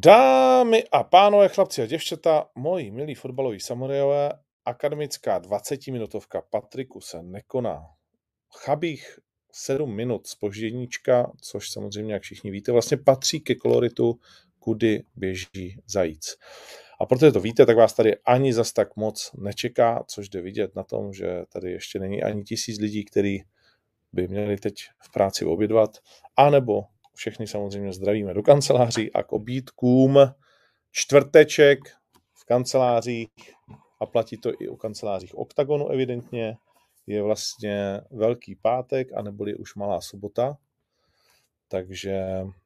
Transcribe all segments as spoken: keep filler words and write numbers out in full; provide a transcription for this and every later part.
Dámy a pánové, chlapci a děvčata, moji milí fotbaloví samurajové, akademická dvacetiminutovka Patriku se nekoná. Chabých sedm minut zpožděníčka, což samozřejmě, jak všichni víte, vlastně patří ke koloritu, kudy běží zajíc. A protože to víte, tak vás tady ani zas tak moc nečeká, což jde vidět na tom, že tady ještě není ani tisíc lidí, kteří by měli teď v práci obědvat, anebo všechny samozřejmě zdravíme do kanceláří a k obídkům. Čtvrteček v kancelářích, a platí to i o kancelářích Oktagonu evidentně, je vlastně Velký pátek, anebo je už Malá sobota, takže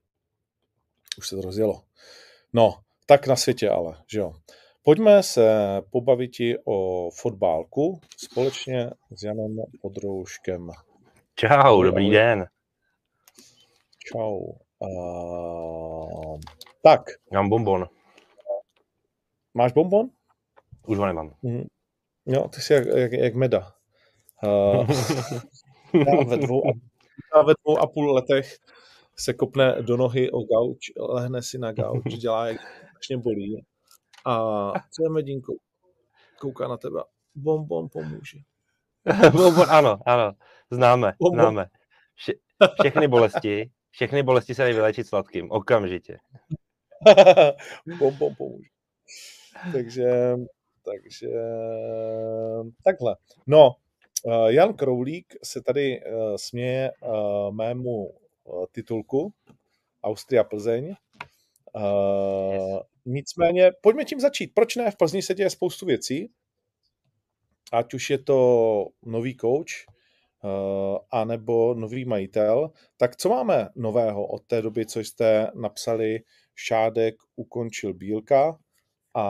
už se to rozjelo. No, tak na světě ale, že jo. Pojďme se pobavit o fotbálku společně s Janem Podrouškem. Čau, dobrý den. Čau. Uh, tak. Mám bonbon. Máš bonbon? Už ho nemám. Mm. Jo, ty jsi jak, jak, jak meda. Uh, já, ve dvou a, já ve dvou a půl letech se kopne do nohy o gauč, lehne si na gauč, dělá, jak strašně bolí. A co je medínko? Kouká na tebe. Bonbon pomůže. Bonbon, ano, ano. Známe, Bonbon. známe. Vše, všechny bolesti, všechny bolesti se dají vylečit sladkým. Okamžitě. Bonbon pomůže. Takže, takže takhle. No, Jan Kroulík se tady směje mému titulku Austria Plzeň. Yes. Nicméně, pojďme tím začít. Proč ne? V Plzni se děje spoustu věcí. Ať už je to nový coach, a nebo nový majitel. Tak co máme nového od té doby, co jste napsali Šádek ukončil Bílka a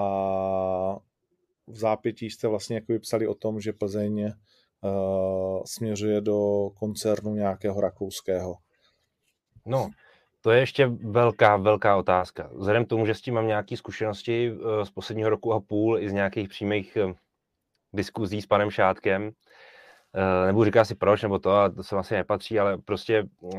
v zápětí jste vlastně jako psali o tom, že Plzeň uh, směřuje do koncernu nějakého rakouského. No, to je ještě velká, velká otázka. Vzhledem k tomu, že s tím mám nějaké zkušenosti uh, z posledního roku a půl i z nějakých přímých uh, diskuzí s panem Šádkem, uh, nebudu říkat si proč, nebo to, a to se vlastně nepatří, ale prostě uh,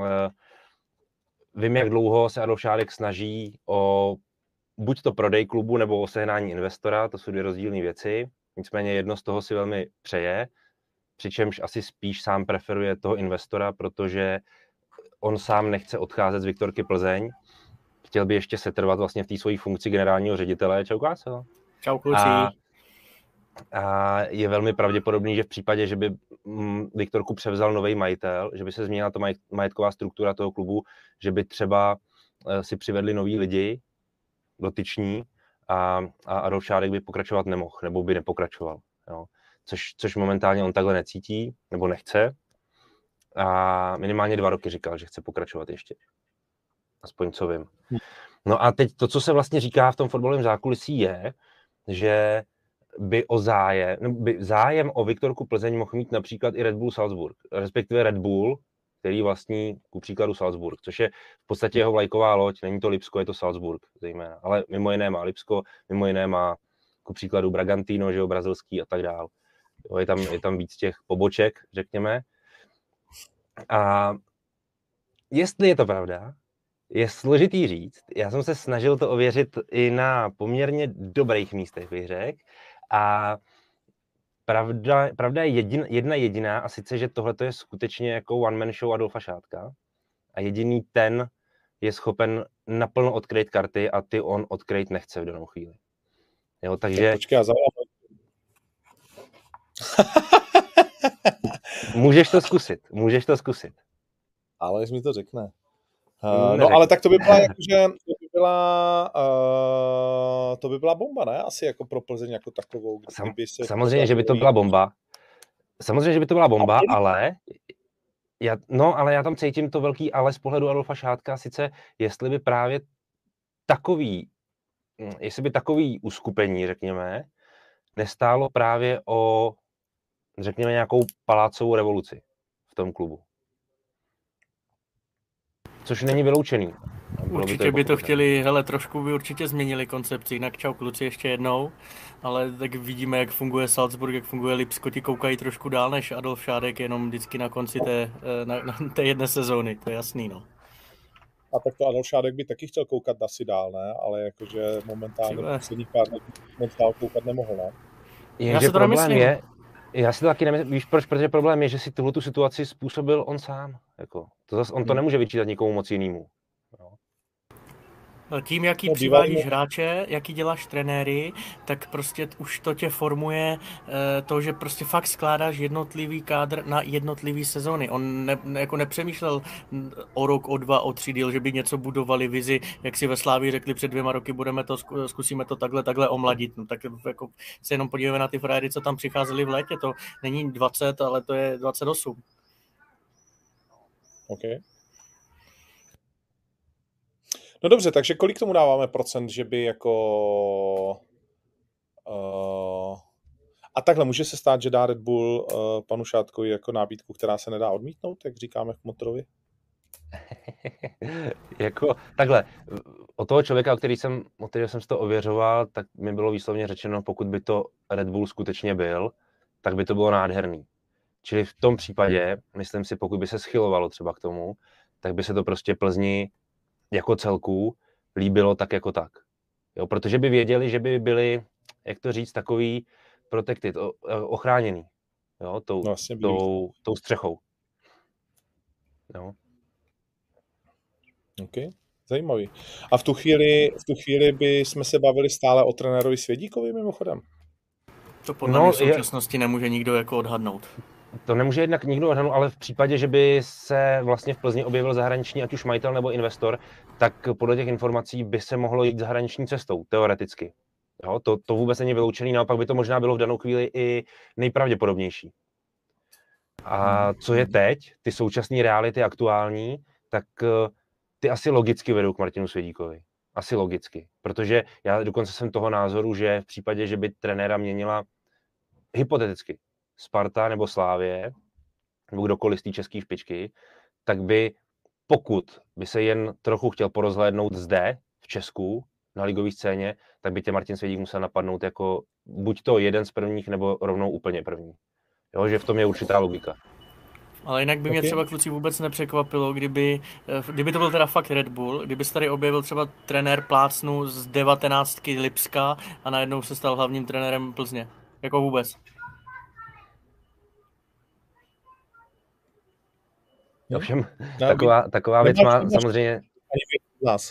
vím, jak dlouho se Adolf Šádek snaží o buď to prodej klubu, nebo o sehnání investora, to jsou dvě rozdílné věci. Nicméně jedno z toho si velmi přeje, přičemž asi spíš sám preferuje toho investora, protože on sám nechce odcházet z Viktorky Plzeň. Chtěl by ještě setrvat vlastně v té své funkci generálního ředitele. Čau, Káco. Čau, kluci. A, a je velmi pravděpodobný, že v případě, že by Viktorku převzal nový majitel, že by se změnila ta majetková struktura toho klubu, že by třeba si přivedli noví lidi, dotyční, a, a Adolf Šádek by pokračovat nemohl, nebo by nepokračoval. Jo. Což, což momentálně on takhle necítí, nebo nechce. A minimálně dva roky říkal, že chce pokračovat ještě. Aspoň co vím. No a teď to, co se vlastně říká v tom fotbalovém zákulisí, je, že by o zájem, by zájem o Viktorku Plzeň mohl mít například i Red Bull Salzburg, respektive Red Bull, který vlastní ku příkladu Salzburg, což je v podstatě jeho vlajková loď, není to Lipsko, je to Salzburg zejména, ale mimo jiné má Lipsko, mimo jiné má ku příkladu Bragantino, že jo, brazilský a tak dál. Jo, je tam, je tam víc těch poboček, řekněme. A jestli je to pravda, je složitý říct. Já jsem se snažil to ověřit i na poměrně dobrých místech, bych řekl. A pravda, pravda je jedin, jedna jediná, a sice, že tohle je skutečně jako one-man show Adolfa Šádka. A jediný ten je schopen naplno odkryt karty a ty on odkryt nechce v danou chvíli. Jo, takže... Tak počkej, já zavolám. Můžeš to zkusit, můžeš to zkusit. Ale jestli mi to řekne. Uh, no ale tak to by byla, jakože, to by byla, uh, to by byla bomba, ne? Asi jako pro Plzeň jako takovou. Sam, samozřejmě, že by to byla bomba. Samozřejmě, že by to byla bomba, ale já, no, ale já tam cítím to velký ale z pohledu Adolfa Šádka, sice jestli by právě takový, jestli by takový uskupení, řekněme, nestálo právě o, řekněme, nějakou palácovou revoluci v tom klubu. Což není vyloučený. Určitě by to, by to chtěli, hele, trošku by určitě změnili koncepci, jinak čau kluci ještě jednou, ale tak vidíme, jak funguje Salzburg, jak funguje Lipsko, ti koukají trošku dál než Adolf Šádek, jenom vždycky na konci té, na, na té jedné sezóny, to je jasný, no. a tak to Adolf Šádek by taky chtěl koukat asi dál, ne? Ale jakože momentálně poslední pár let moc dál koukat nemohl, ne? Jenže problém je, já si to taky nemyslím, víš proč, protože problém je, že si tuhletu situaci způsobil on sám, jako, to zas, on to nemůže vyčítat nikomu moc jinému. No. Tím, jaký no, přivádíš hráče, jaký děláš trenéry, tak prostě už to tě formuje to, že prostě fakt skládáš jednotlivý kádr na jednotlivý sezóny. On ne, jako nepřemýšlel o rok, o dva, o tři díl, že by něco budovali vizi, jak si ve Slávii řekli před dvěma roky, budeme to, zkusíme to takhle, takhle omladit. No, tak jako se jenom podívejme na ty frajery, co tam přicházeli v létě. To není dvacet, ale to je dvacet osm. Okay. No dobře, takže kolik tomu dáváme procent, že by jako... Uh, a takhle, může se stát, že dá Red Bull uh, panu Šátkovi jako nábídku, která se nedá odmítnout, jak říkáme v Motorovi? Jako takhle, od toho člověka, o který jsem, o kterého jsem si to ověřoval, tak mi bylo výslovně řečeno, pokud by to Red Bull skutečně byl, tak by to bylo nádherný. Čili v tom případě, myslím si, pokud by se schylovalo třeba k tomu, tak by se to prostě Plzni jako celku líbilo tak jako tak. Jo, protože by věděli, že by byli, jak to říct, takový protected, ochráněný. Jo, tou, no, tou, tou střechou. Jo. OK, zajímavý. A v tu chvíli, v tu chvíli by jsme se bavili stále o trenérovi Svědíkovi mimochodem? To podle no, mě v současnosti je... nemůže nikdo jako odhadnout. To nemůže jednak nikdo odhadnout, ale v případě, že by se vlastně v Plzni objevil zahraniční, ať už majitel nebo investor, tak podle těch informací by se mohlo jít zahraniční cestou, teoreticky. Jo, to, to vůbec není vyloučený, naopak by to možná bylo v danou chvíli i nejpravděpodobnější. A co je teď, ty současné reality aktuální, tak ty asi logicky vedou k Martinu Svědíkovi. Asi logicky. Protože já dokonce jsem toho názoru, že v případě, že by trenéra měnila hypoteticky Sparta nebo Slávie, nebo kdokoliv z té české špičky, tak by, pokud by se jen trochu chtěl porozhlédnout zde, v Česku, na ligové scéně, tak by tě Martin Svědík musel napadnout jako buď to jeden z prvních, nebo rovnou úplně první. Jo, že v tom je určitá logika. Ale jinak by mě okay. třeba kluci vůbec nepřekvapilo, kdyby, kdyby to byl teda fakt Red Bull, kdyby se tady objevil třeba trenér plácnu z devatenáctky Lipska a najednou se stal hlavním trenérem Plzně. Jako vůbec. Ovšem, taková, taková věc má samozřejmě... Nás.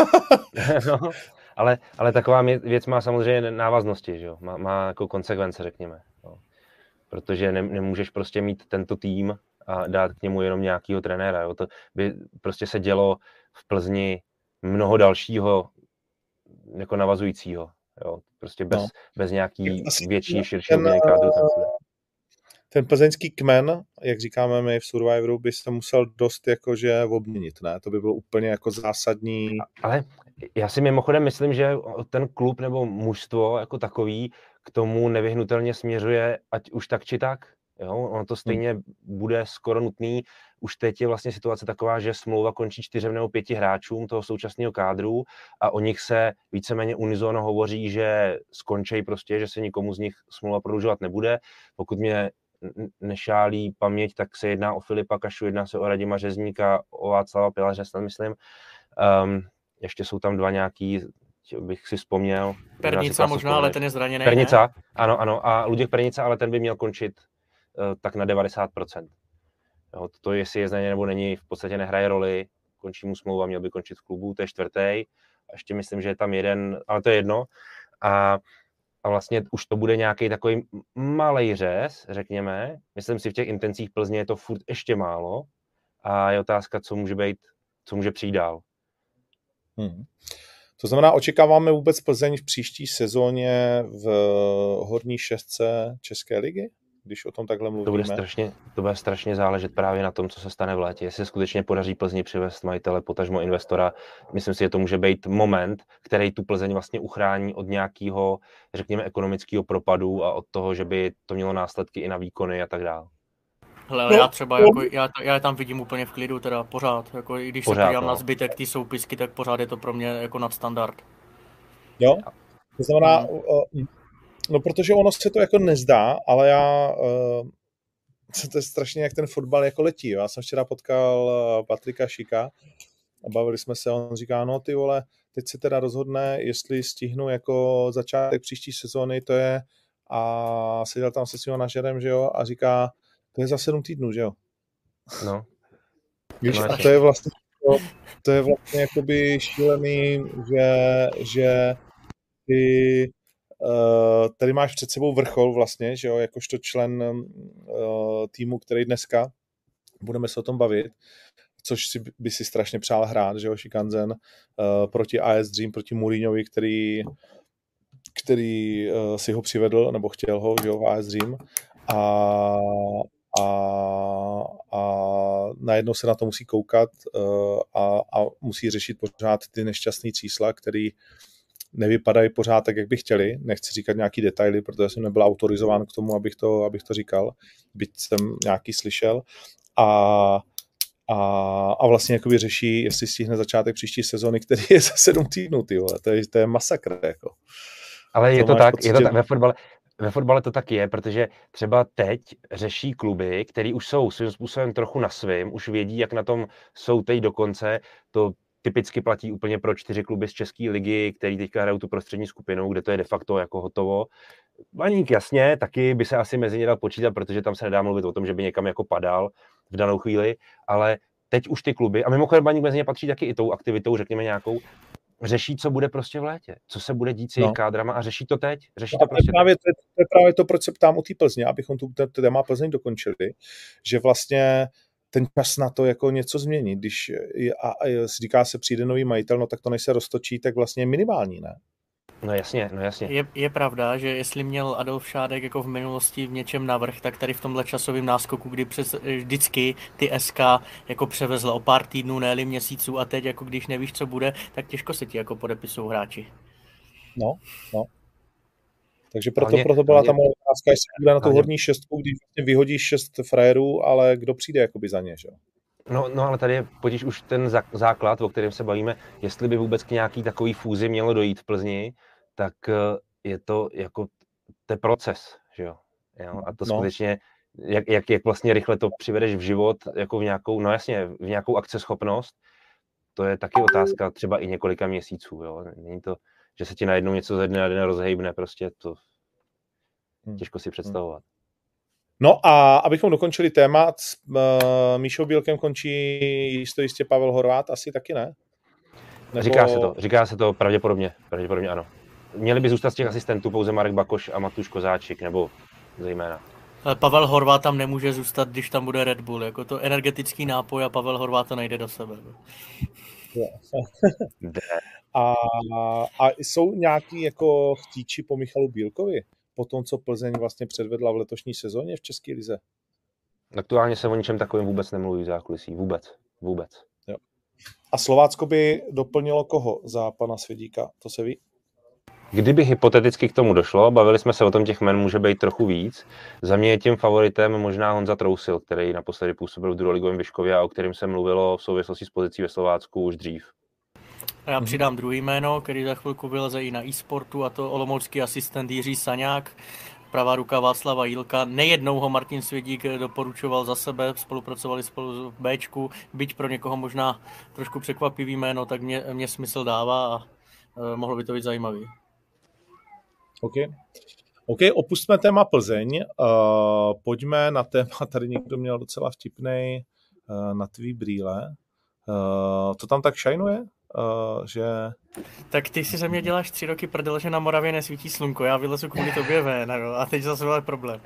no, ale, ale taková věc má samozřejmě návaznosti, že jo? Má, má jako konsekvence, řekněme. No. Protože ne, nemůžeš prostě mít tento tým a dát k němu jenom nějakýho trenéra. Jo? To by prostě se dělo v Plzni mnoho dalšího jako navazujícího. Jo? Prostě bez, no. bez nějaký větší, širší obměny kádru. Ten plzeňský kmen, jak říkáme my v Survivoru, by se musel dost jakože obměnit, ne? To by bylo úplně jako zásadní. Ale já si mimochodem myslím, že ten klub nebo mužstvo jako takový k tomu nevyhnutelně směřuje, ať už tak či tak. Jo? Ono to stejně hmm. bude skoro nutný. Už teď je vlastně situace taková, že smlouva končí čtyřem nebo pěti hráčům toho současného kádru a o nich se víceméně unizono hovoří, že skončí prostě, že se nikomu z nich smlouva prodlužovat nebude. Pokud mě nešálí paměť, tak se jedná o Filipa Kašu, jedná se o Radima Řezníka, o Václava Pilaře, snad myslím. Um, ještě jsou tam dva nějaký, bych si vzpomněl. Pernica možná, ale ten je zraněný. Pernica, ne? ano, ano. A Luděk Pernica, ale ten by měl končit uh, tak na devadesát procent. Jo, to, jestli je zraněný nebo není, v podstatě nehraje roli. Končí mu smlouva, měl by končit v klubu, to je čtvrtý. A ještě myslím, že je tam jeden, ale to je jedno. A A vlastně už to bude nějaký takový malej řez, řekněme. Myslím si, v těch intencích Plzně je to furt ještě málo. A je otázka, co může být, co může přijít dál. Hmm. To znamená, očekáváme vůbec Plzeň v příští sezóně v horní šestce České ligy? Když o tom takhle mluvíme. To bude strašně, to bude strašně záležet právě na tom, co se stane v létě. Jestli skutečně podaří Plzni přivést majitele, potažmo investora, myslím si, že to může být moment, který tu Plzeň vlastně uchrání od nějakého, řekněme, ekonomického propadu a od toho, že by to mělo následky i na výkony a tak dále. Hele, ale já třeba, jako, já, já tam vidím úplně v klidu, teda pořád. Jako, i když pořád, se podívám no. na zbytek té soupisky, tak pořád je to pro mě jako nadstandard. Jo, to znamená... Hmm. No, protože ono se to jako nezdá, ale já, uh, to je strašně jak ten fotbal jako letí. Jo. Já jsem včera potkal Patrika Šika a bavili jsme se, on říká, no ty vole, teď se teda rozhodne, jestli stihnu jako začátek příští sezóny, to je, a seděl tam se svým manažerem, že jo, a říká, to je za sedm týdnů, že jo. No. Víš, a to je vlastně, to, to je vlastně jakoby šílený, že, že ty uh, tady máš před sebou vrchol vlastně, že jo, jakožto člen uh, týmu, který dneska, budeme se o tom bavit, což si, by si strašně přál hrát, že jo, Shikanzen uh, proti A S Dream, proti Mourinhovi, který, který uh, si ho přivedl, nebo chtěl ho, že jo, v A S Dream. A, a, a najednou se na to musí koukat uh, a, a musí řešit pořád ty nešťastné čísla, který nevypadají pořád tak, jak by chtěli. Nechci říkat nějaký detaily, protože jsem nebyl autorizován k tomu, abych to, abych to říkal, byť jsem nějaký slyšel. A A, a vlastně jakoby řeší, jestli stihne začátek příští sezóny, který je za sedm týdnů, ty vole. To je, to je masakr, jako. Ale je to, to tak, pocit, je to tak, ve fotbale, ve fotbale to tak je, protože třeba teď řeší kluby, který už jsou svým způsobem trochu na svým, už vědí, jak na tom jsou teď do konce, to typicky platí úplně pro čtyři kluby z České ligy, který teďka hrajou tu prostřední skupinu, kde to je de facto jako hotovo. Baník jasně, taky by se asi mezi ně dal počítat, protože tam se nedá mluvit o tom, že by někam jako padal v danou chvíli, ale teď už ty kluby, a mimochodem Baník mezi ně patří taky i tou aktivitou, řekněme nějakou, řeší, co bude prostě v létě, co se bude dít s jejich no. kádrama a řeší to teď. Řeší no to prostě to, je právě, to, je, to je právě to, proč se ptám o té Plzně, abychom tu téma Plzeň dokončili, že vlastně ten čas na to jako něco změnit, když a, a říká se přijde nový majitel, no tak to než se roztočí, tak vlastně je minimální, ne? No jasně, no jasně. Je, je pravda, že jestli měl Adolf Šádek jako v minulosti v něčem navrch, tak tady v tomhle časovém náskoku, kdy přes, vždycky ty S K jako převezla o pár týdnů, ne-li měsíců a teď jako když nevíš, co bude, tak těžko se ti jako podepisují hráči. No, no. Takže proto, hlavně, proto byla hlavně, ta moje otázka, jestli bude na tu horní šestku, když vlastně vyhodíš šest frajerů, ale kdo přijde jakoby za ně, že? No, no ale tady je potíž už ten základ, o kterém se bavíme, jestli by vůbec k nějaký takový fúzi mělo dojít v Plzni, tak je to jako ten proces, že jo. jo? A to no. skutečně, jak, jak, jak vlastně rychle to přivedeš v život, jako v nějakou, no jasně, v nějakou akceschopnost, to je taky otázka třeba i několika měsíců, jo. Není to, že se ti najednou něco ze dne na den rozhejbne, prostě to těžko si představovat. No a abychom dokončili téma, s uh, Míšou Bílkem končí jistě, jistě Pavel Horvát, asi taky ne? Nebo... Říká se to, říká se to pravděpodobně, pravděpodobně ano. Měli by zůstat z těch asistentů pouze Marek Bakoš a Matuš Kozáčik, nebo zejména. Ale Pavel Horvát tam nemůže zůstat, když tam bude Red Bull, jako to energetický nápoj a Pavel Horvát to nejde do sebe. a, a jsou nějaký jako chtíči po Michalu Bílkovi? Po tom, co Plzeň vlastně předvedla v letošní sezóně v České lize? Aktuálně se o ničem takovým vůbec nemluví v zákulisí. Vůbec. Vůbec. Jo. A Slovácko by doplnilo koho za pana Svědíka? To se ví? Kdyby hypoteticky k tomu došlo, bavili jsme se o tom, těch men může být trochu víc. Za mě je tím favoritem možná Honza Trousil, který naposledy působil v druholigovém Vyškově a o kterém se mluvilo v souvislosti s pozicí ve Slovácku už dřív. A já přidám druhý jméno, který za chvilku vyleze i na e-sportu, a to olomoucký asistent Jiří Saňák, pravá ruka Václava Jílka. Nejednou ho Martin Svědík doporučoval za sebe, spolupracovali spolu v Bčku, byť pro někoho možná trošku překvapivý jméno, tak mě, mě smysl dává a uh, mohlo by to být zajímavý. OK. OK, opustíme téma Plzeň, uh, pojďme na téma, tady někdo měl docela vtipnej, uh, na tvý brýle. Uh, to tam tak šajnuje? Uh, že... Tak ty si ze mě děláš tři roky prdel, že na Moravě nesvítí slunko, já vylezu kvůli tobě ven, a teď zase máme problém.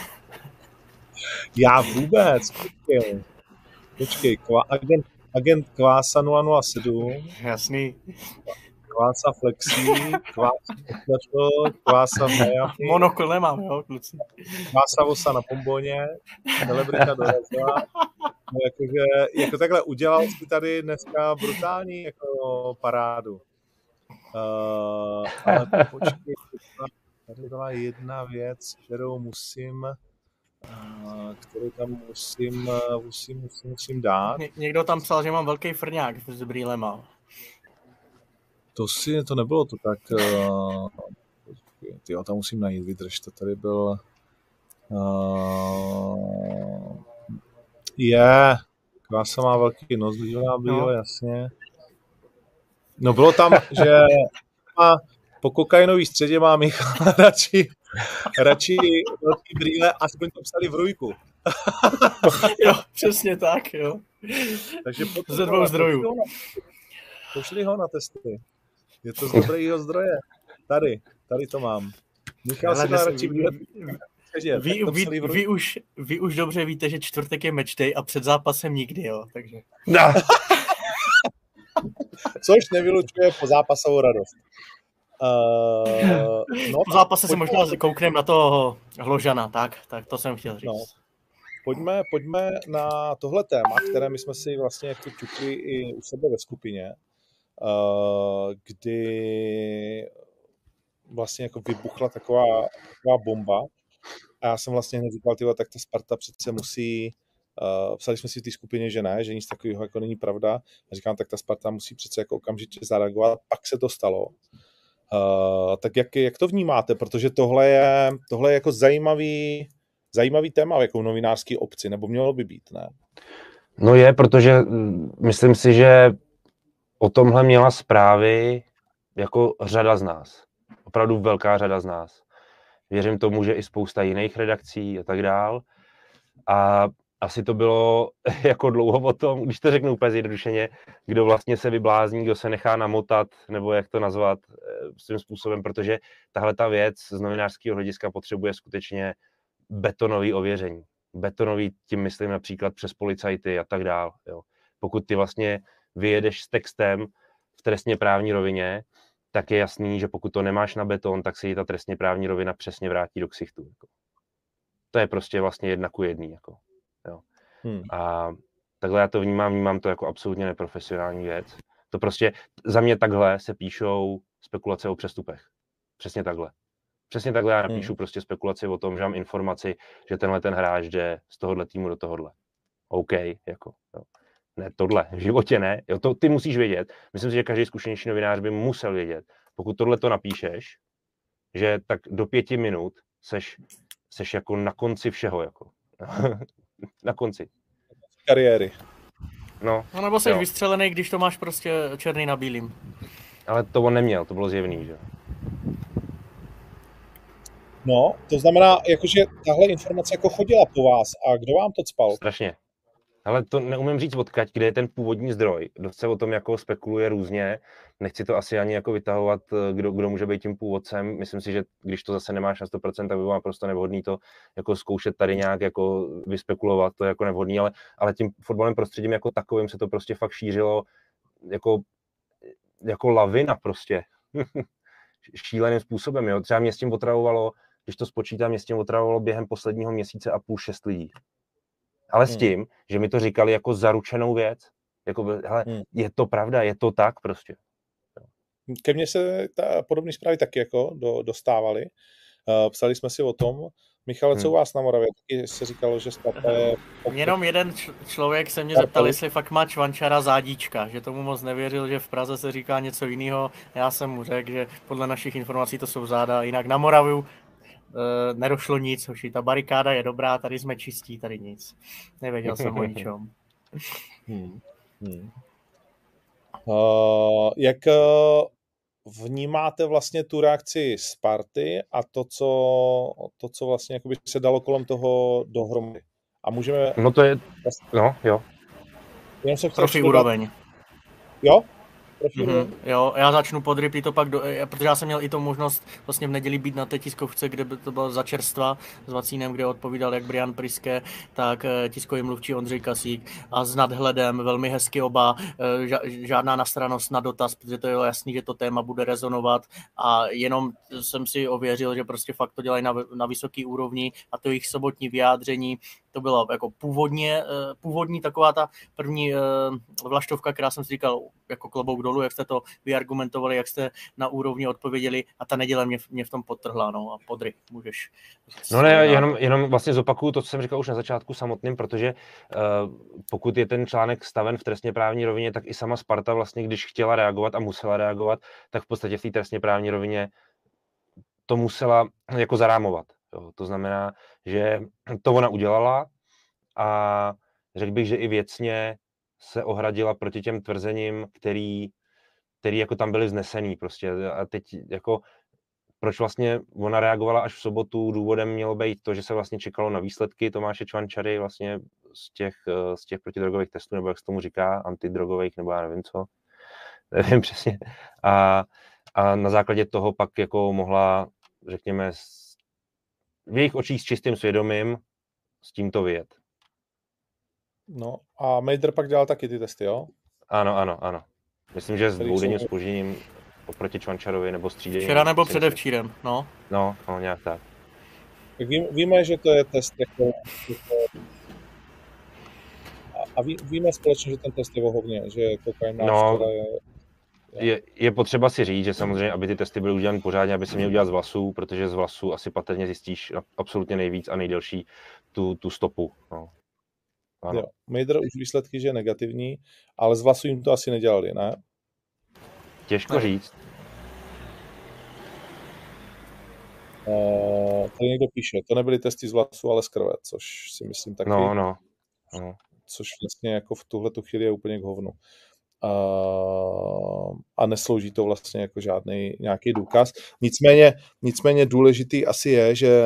Já vůbec, počkej, počkej, kvá, agent, agent Kvása nula nula sedm. Jasný. Kvása Flexi, Kvása Fletl, Kvása Miami. Monokl nemám, jo, kluci. Kvása Vosa na Pomboně, Celebrita dorazila. No, jakože, jako takhle udělal jsi tady dneska brutální jako parádu. Uh, ale počkej, tady byla jedna věc, kterou musím, uh, kterou tam musím, uh, musím, musím, musím dát. Ně, někdo tam psal, že mám velký frňák s brýlema. To si, to nebylo to tak, uh, tyjo, tam musím najít, vydrž, to tady byl, uh, je, yeah. Kvása má velký nos, bývalá brýle, no. Jasně. No bylo tam, že má, po kokainový středě má Michal radši, radši velký brýle, aspoň to psali v rujku. Jo, přesně tak, jo. Takže ze dvou zdrojů. Pošli ho na testy. Je to z dobrého zdroje. Tady, tady to mám. Michal si dá radši brýle. Vy, vy, vy, už, vy už dobře víte, že čtvrtek je matchday a před zápasem nikdy, jo, takže. No. Což nevylučuje po zápasovou radost. Uh, no, po zápase se možná koukneme na toho Hložana, tak, tak to jsem chtěl říct. No. Pojďme, pojďme na tohle téma, které my jsme si vlastně jako ťukli i u sebe ve skupině, uh, kdy vlastně jako vybuchla taková, taková bomba. A já jsem vlastně hned říkal, tyhle, tak ta Sparta přece musí, uh, psali jsme si v té skupině, že ne, že nic takového jako není pravda. A říkám, tak ta Sparta musí přece jako okamžitě zareagovat. Pak se to stalo. Uh, tak jak, jak to vnímáte? Protože tohle je, tohle je jako zajímavý, zajímavý téma jako v novinářské obci, nebo mělo by být, ne? No je, protože myslím si, že o tomhle měla zprávy jako řada z nás. Opravdu velká řada z nás. Věřím tomu, že i spousta jiných redakcí a tak dál. A asi to bylo jako dlouho o tom, když to řeknu úplně zjednodušeně, kdo vlastně se vyblázní, kdo se nechá namotat, nebo jak to nazvat svým způsobem, protože tahle ta věc z novinářského hlediska potřebuje skutečně betonový ověření. Betonový, tím myslím například přes policajty a tak dál. Jo. Pokud ty vlastně vyjedeš s textem v trestně právní rovině, tak je jasný, že pokud to nemáš na beton, tak se ta trestně právní rovina přesně vrátí do ksichtu. Jako. To je prostě vlastně jedna ku jedný. Jako. Jo. Hmm. A takhle já to vnímám, vnímám to jako absolutně neprofesionální věc. To prostě za mě takhle se píšou spekulace o přestupech. Přesně takhle. Přesně takhle já napíšu hmm. prostě spekulaci o tom, že mám informaci, že tenhle ten hráč jde z tohohle týmu do tohohle. OK, jako, jo. Ne, tohle, v životě ne. Jo, to ty musíš vědět. Myslím si, že každý zkušenější novinář by musel vědět. Pokud tohle to napíšeš, že tak do pěti minut seš, seš jako na konci všeho, jako. Na konci. Kariéry. No, no nebo seš jo. vystřelený, když to máš prostě černý na bílým. Ale to on neměl, to bylo zjevný, že? No, to znamená, jakože tahle informace jako chodila po vás a kdo vám to cpal? Strašně. Ale to neumím říct odkaď, kde je ten původní zdroj. Dost se o tom jako spekuluje různě. Nechci to asi ani jako vytahovat, kdo, kdo může být tím původcem. Myslím si, že když to zase nemáš na sto procent, tak by bylo naprosto nevhodný to jako zkoušet tady nějak jako vyspekulovat, to je jako nevhodný, ale, ale tím fotbalovým prostředím jako takovým se to prostě fakt šířilo jako, jako lavina prostě. Šíleným způsobem, jo. Třeba mě s tím otravovalo, když to spočítám, mě s tím otravovalo během posledního měsíce a půl šest lidí. Ale s tím, hmm. že mi to říkali jako zaručenou věc. Jako, hele, hmm. je to pravda, je to tak prostě. Ke mně se ta podobné zprávy taky jako do, dostávaly. Uh, psali jsme si o tom. Michale, co u vás na Moravě? Taky se říkalo, že Sparta je... Jenom jeden č- člověk se mě zeptal, jestli fakt má Čvančara zádíčka, že tomu moc nevěřil, že v Praze se říká něco jiného. Já jsem mu řekl, že podle našich informací to jsou záda. Jinak na Moravu uh, nedošlo nic, hoši. Ta barikáda je dobrá, tady jsme čistí, tady nic. Nevěděl jsem o ničem. Hmm. Hmm. Uh, jak uh, vnímáte vlastně tu reakci Sparty a to, co, to, co vlastně jakoby se dalo kolem toho dohromady? A můžeme... No to je... No, jo. Jenom se Profi úroveň. Jo? Mm-hmm. Jo, já začnu pod Ripy to pak, do, protože já jsem měl i tu možnost vlastně v neděli být na té tiskovce, kde by to bylo za čerstva s Vacínem, kde odpovídal jak Brian Priske, tak tiskový mluvčí Ondřej Kasík a s nadhledem velmi hezky oba, žádná nastranost na dotaz, protože to je jasný, že to téma bude rezonovat a jenom jsem si ověřil, že prostě fakt to dělají na, na vysoký úrovni a to jejich sobotní vyjádření, to bylo jako původně, původní taková ta první vlaštovka, která jsem si říkal jako klobouk dolů, jak jste to vyargumentovali, jak jste na úrovni odpověděli a ta neděle mě, mě v tom podtrhla, no a Podry, můžeš. No ne, jenom, jenom vlastně zopakuju to, co jsem říkal už na začátku samotným, protože uh, pokud je ten článek staven v trestně právní rovině, tak i sama Sparta vlastně, když chtěla reagovat a musela reagovat, tak v podstatě v té trestně právní rovině to musela jako zarámovat. Jo. To znamená, že to ona udělala a řekl bych, že i věcně se ohradila proti těm tvrzením, který který jako tam byli znesený prostě a teď jako proč vlastně ona reagovala až v sobotu, důvodem mělo být to, že se vlastně čekalo na výsledky Tomáše Čvančary vlastně z těch, z těch protidrogových testů, nebo jak se tomu říká, antidrogových, nebo já nevím co, nevím přesně. A, a na základě toho pak jako mohla, řekněme, v jejich očích s čistým svědomím s tímto vyjet. No a Mejdr pak dělal taky ty testy, jo? Ano, ano, ano. Myslím, že s dvoudenním zpožděním oproti Čvančarovi nebo střídením. Včera nebo předevčírem, no. No, no, nějak tak. Tak ví, víme, že to je test jako... jako a, a ví, víme společně, že ten test je ohovně, že kokain no, je... Je, je potřeba si říct, že samozřejmě, aby ty testy byly udělané pořádně, aby se měl udělat z vlasů, protože z vlasů asi patrně zjistíš absolutně nejvíc a nejdelší tu, tu stopu. No. Jo, Mejdr už výsledky, že je negativní, ale z vlasů jim to asi nedělali, ne? Těžko říct. Uh, tady někdo píše, to nebyly testy z vlasů, ale z krve, což si myslím taky. No, no. no. Což vlastně jako v tuhletu chvíli je úplně k hovnu. Uh, a neslouží to vlastně jako žádný nějaký důkaz. Nicméně, nicméně důležitý asi je, že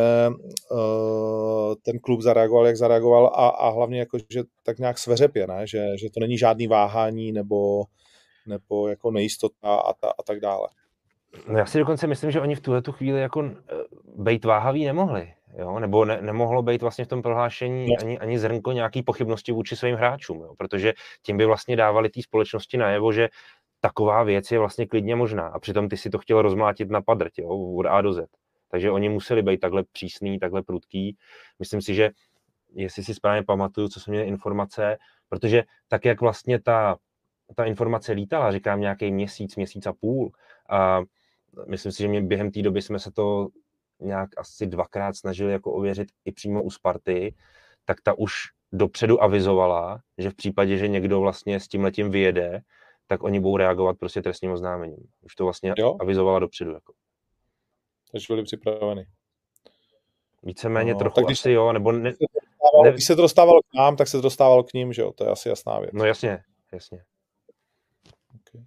uh, ten klub zareagoval, jak zareagoval a, a hlavně jako, že tak nějak sveřepě, ne? Že, že to není žádný váhání nebo, nebo jako nejistota a, ta, a tak dále. No já si dokonce myslím, že oni v tuhletu chvíli jako bejt váhaví nemohli. Jo? Nebo ne, nemohlo být vlastně v tom prohlášení no. ani, ani zrnko nějaký pochybnosti vůči svým hráčům, jo? Protože tím by vlastně dávali té společnosti najevo, že taková věc je vlastně klidně možná a přitom ty si to chtěl rozmlátit na padrť, jo? Od A do Z. Takže oni museli být takhle přísný, takhle prudký. Myslím si, že jestli si správně pamatuju, co jsem měl informace, protože tak, jak vlastně ta, ta informace lítala, říkám nějaký měsíc, měsíc a půl a myslím si, že mě během té doby jsme se to nějak asi dvakrát snažili jako ověřit i přímo u Sparty, tak ta už dopředu avizovala, že v případě, že někdo vlastně s tímhletím vyjede, tak oni budou reagovat prostě trestním oznámením. Už to vlastně jo? avizovala dopředu. Jako. Takže byli připraveni. Víceméně no, trochu asi jo, nebo ne, ne... Když se to dostávalo k nám, tak se to dostávalo k ním, že jo, to je asi jasná věc. No jasně, jasně. Okay.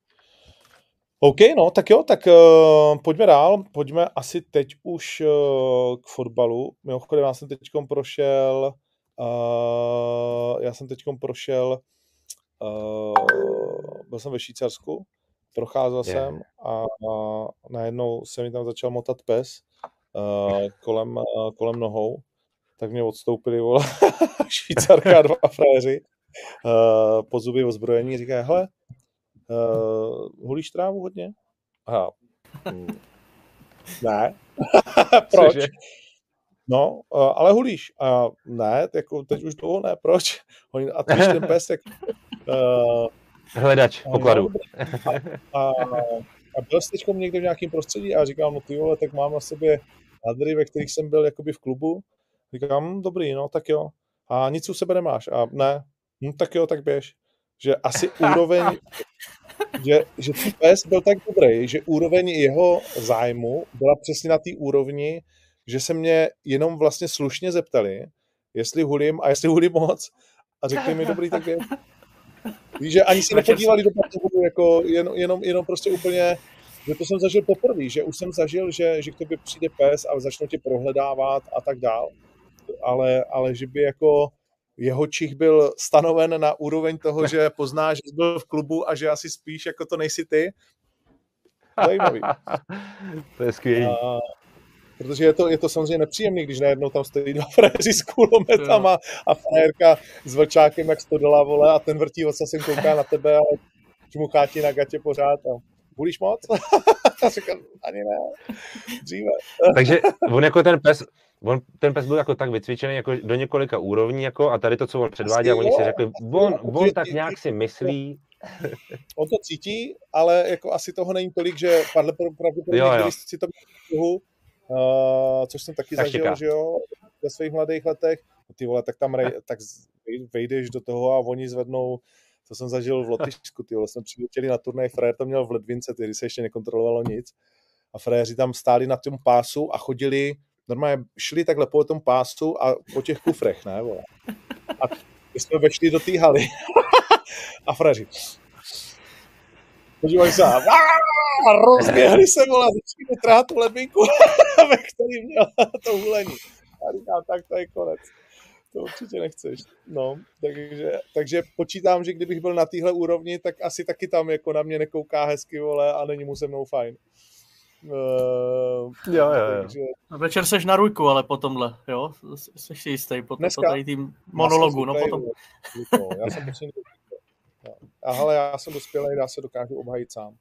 OK, no, tak jo, tak uh, pojďme dál, pojďme asi teď už uh, k fotbalu. Mimochodem, já jsem teďkom prošel, uh, já jsem teďkom prošel, uh, byl jsem ve Švýcarsku, procházel yeah. jsem a, a najednou se mi tam začal motat pes uh, kolem, uh, kolem nohou, tak mě odstoupili, vole, Švýcarka a dva frajeři uh, po zuby ozbrojení, říkají, hele, Uh, hulíš trávu hodně? Aha. Hmm. Ne. Proč? Cože? No, uh, ale hulíš. Uh, ne, jako teď už dlouho ne. Proč? A ty ten pes, jak... Uh, Hledač pokladu. A, a, a byl jsi teďkom někde v nějakém prostředí a říkám, no ty vole, tak mám na sobě hadry, ve kterých jsem byl jakoby v klubu. Říkám, dobrý, no, tak jo. A nic u sebe nemáš. A ne, hm, tak jo, tak běž. Že asi úroveň, že, že ten pes byl tak dobrý, že úroveň jeho zájmu byla přesně na té úrovni, že se mě jenom vlastně slušně zeptali, jestli hulím a jestli hulím moc a řekli mi, dobrý, tak je. Víš, že ani si nepodívali do partu, jako jenom, jenom, jenom prostě úplně, že to jsem zažil poprvé, že už jsem zažil, že, že k tobě přijde pes a začnou tě prohledávat a tak dál, ale, ale že by jako jeho čich byl stanoven na úroveň toho, že pozná, že jsi byl v klubu a že asi spíš jako to nejsi ty. Zajímavý. To je skvělý. A, protože je to, je to samozřejmě nepříjemný, když najednou tam stojí dva frajeři s kulometama a frajerka s vlčákem jak stodola, vole, a ten vrtí ocasem, kouká na tebe a čmuchátí na gatě pořád. A bulíš moc? A říkám, ani ne. Dříve. Takže on jako ten pes, on, ten pes byl jako tak vycvičený jako do několika úrovní jako, a tady to, co on předváděl, oni si řekli, on, on tak nějak si myslí. On to cítí, ale jako asi toho není tolik, že padle pravděpodobně, když si to byl uh, což jsem taky tak zažil, čeká. Že jo, ve svých mladých letech. Ty vole, tak tam rej, tak vejdeš do toho a oni zvednou, to jsem zažil v Lotyšsku, ty vole, jsme přiletěli na turnaj, frajer to měl v Ledvince, kdy se ještě nekontrolovalo nic. A frajeři tam stáli na tom pásu a chodili, normálně šli takhle po tom pásu a po těch kufrech, ne, vole. A my jsme vešli do té haly a frajeři. Podívají se a rozběhli se, vole, začali trhat tu ledvinku, ve který měl to hulení. A říkám, tak to je konec. To určitě nechceš. No, takže, takže počítám, že kdybych byl na téhle úrovni, tak asi taky tam jako na mě nekouká hezky, vole, a není mu se mnou fajn. Uh, jo, jo, jo. Takže... Večer seš na rujku, ale po tomhle, jo? Seš si jistý po, Dneska, po tady tým monologu, no potom. Já jsem poslední. A hele, já jsem dospělý, já se dokážu obhajit sám.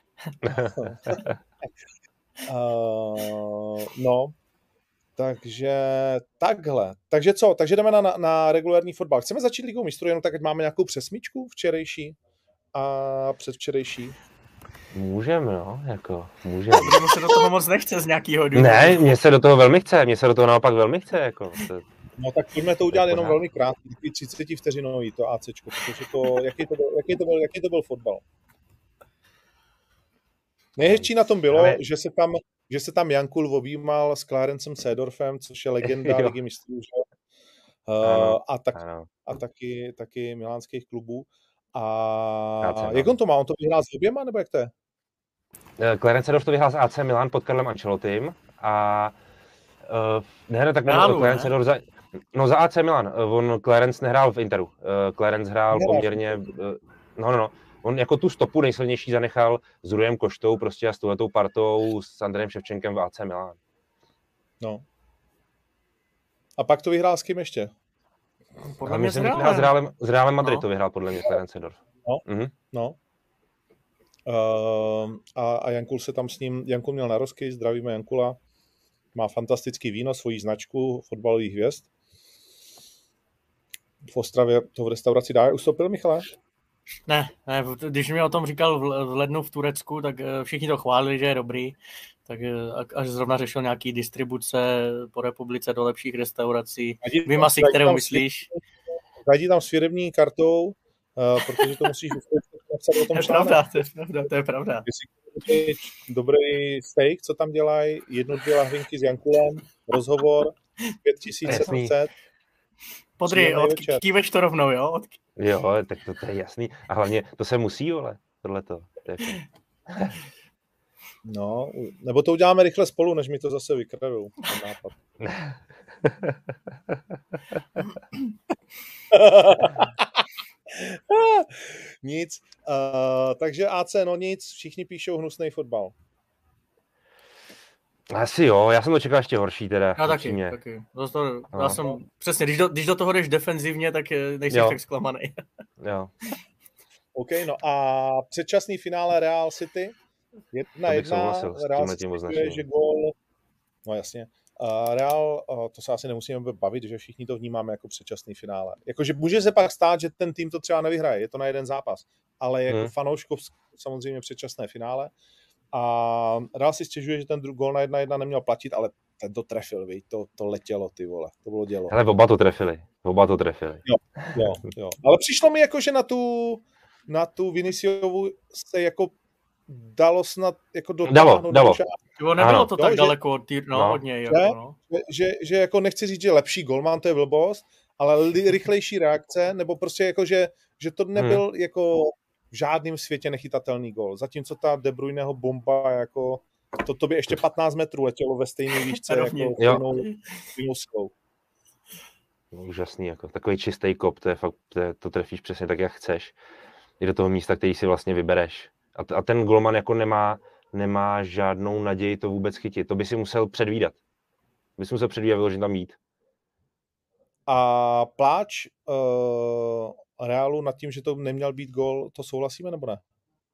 uh, no, takže takhle. Takže co? Takže jdeme na, na, na regulární fotbal. Chceme začít ligou mistrů, jenom tak, ať máme nějakou přesmičku včerejší a předvčerejší. Můžeme, no, jako, můžeme. Mně se do toho moc nechce z nějakého důvodu. Ne, mně se do toho velmi chce, mně se do toho naopak velmi chce, jako. No tak pojďme to udělat jenom velmi krátky, třicet vteřinový to ACčko, protože to, jaký to byl, jaký to byl, jaký to byl fotbal. Nejhezčí na tom bylo, Ale... že se tam, že se tam Jankul objímal s Clarencem Seedorfem, což je legenda ligy mistrů, uh, a, tak, a taky, taky milánských klubů. A jak on to má? On to vyhrál s oběma, nebo jak to je? Clarence Seedorf to vyhrál s A C Milan pod Carlem Ancelottim a uh, ne, ne, tak Reálu, Clarence Seedorf za, no za A C Milan, on Clarence nehrál v Interu, uh, Clarence hrál ne, poměrně, uh, no, no, no, on jako tu stopu nejsilnější zanechal s Rujem Koštou prostě a s touhletou partou s Andrejem Ševčenkem v A C Milan. No. A pak to vyhrál s kým ještě? Podle mě s Realem, s Realem Madrid no. To vyhrál podle mě Clarence Seedorf. No, mhm. no. Uh, a, a Jankul se tam s ním, Jankul měl narozky, zdravíme Jankula, má fantastický víno, svoji značku fotbalových hvězd. V Ostravě to v restauraci dá. Už to pil, Michale? Ne, ne, když mi o tom říkal v lednu v Turecku, tak všichni to chválili, že je dobrý, tak až zrovna řešil nějaký distribuce po republice do lepších restaurací. Vím asi, kterou myslíš. Daj tam s firemní kartou, uh, protože to musíš napsat o tom to je pravda, to je pravda, to je pravda. Jestli dobrý steak, co tam dělají, jednu, dvě lahvinky s Jankulem, rozhovor, pět tisíc sedm set. Podry, odkýveš to rovnou, jo? Od... Jo, tak to, to je jasný. A hlavně to se musí, vole, tohleto. To je no, nebo to uděláme rychle spolu, než mi to zase vykradou. Nápad. Nic. Uh, takže A C, no nic, všichni píšou hnusný fotbal. Asi jo, já jsem to čekal ještě horší teda. Já taky, taky. To, já no. jsem, přesně, když do, když do toho jdeš defenzivně, tak nejsi tak zklamaný. Jo. OK, no a předčasný finále Real City. Jedna jedna, Real City je, že gól, no jasně. Uh, Real, uh, to se asi nemusíme bavit, že všichni to vnímáme jako předčasný finále. Jakože může se pak stát, že ten tým to třeba nevyhraje, je to na jeden zápas, ale jako hmm. fanouškov samozřejmě předčasné finále. A Real si stěžuje, že ten gól na jedna jedna neměl platit, ale ten to trefil, víš, to, to letělo, ty vole, to bylo dělo. Ale oba to trefili, oba to trefili. Jo, jo, jo. Ale přišlo mi jako, že na tu, na tu Vinisiovu se jako dalo snad jako dotáhnout. Dalo, dalo. Jo, nebylo to jo, tak že, daleko od, tý, no, no. od něj. Že, jako, no. že, že, že jako nechci říct, že lepší golman, to je blbost, ale li, rychlejší reakce, nebo prostě jako, že, že to nebyl hmm. jako v žádném světě nechytatelný gól. Zatímco ta De Bruyneho bomba, jako to, to by ještě patnáct metrů letělo ve stejné výšce jako jinou sklou. No, úžasný, jako takový čistý kop, to je fakt, to, je, to trefíš přesně tak, jak chceš. I do toho místa, který si vlastně vybereš. A, t- a ten golman jako nemá, nemá žádnou naději to vůbec chytit. To by si musel předvídat. To by si musel předvídat, vyložit tam jít. A pláč uh, Realu nad tím, že to neměl být gól, to souhlasíme nebo ne?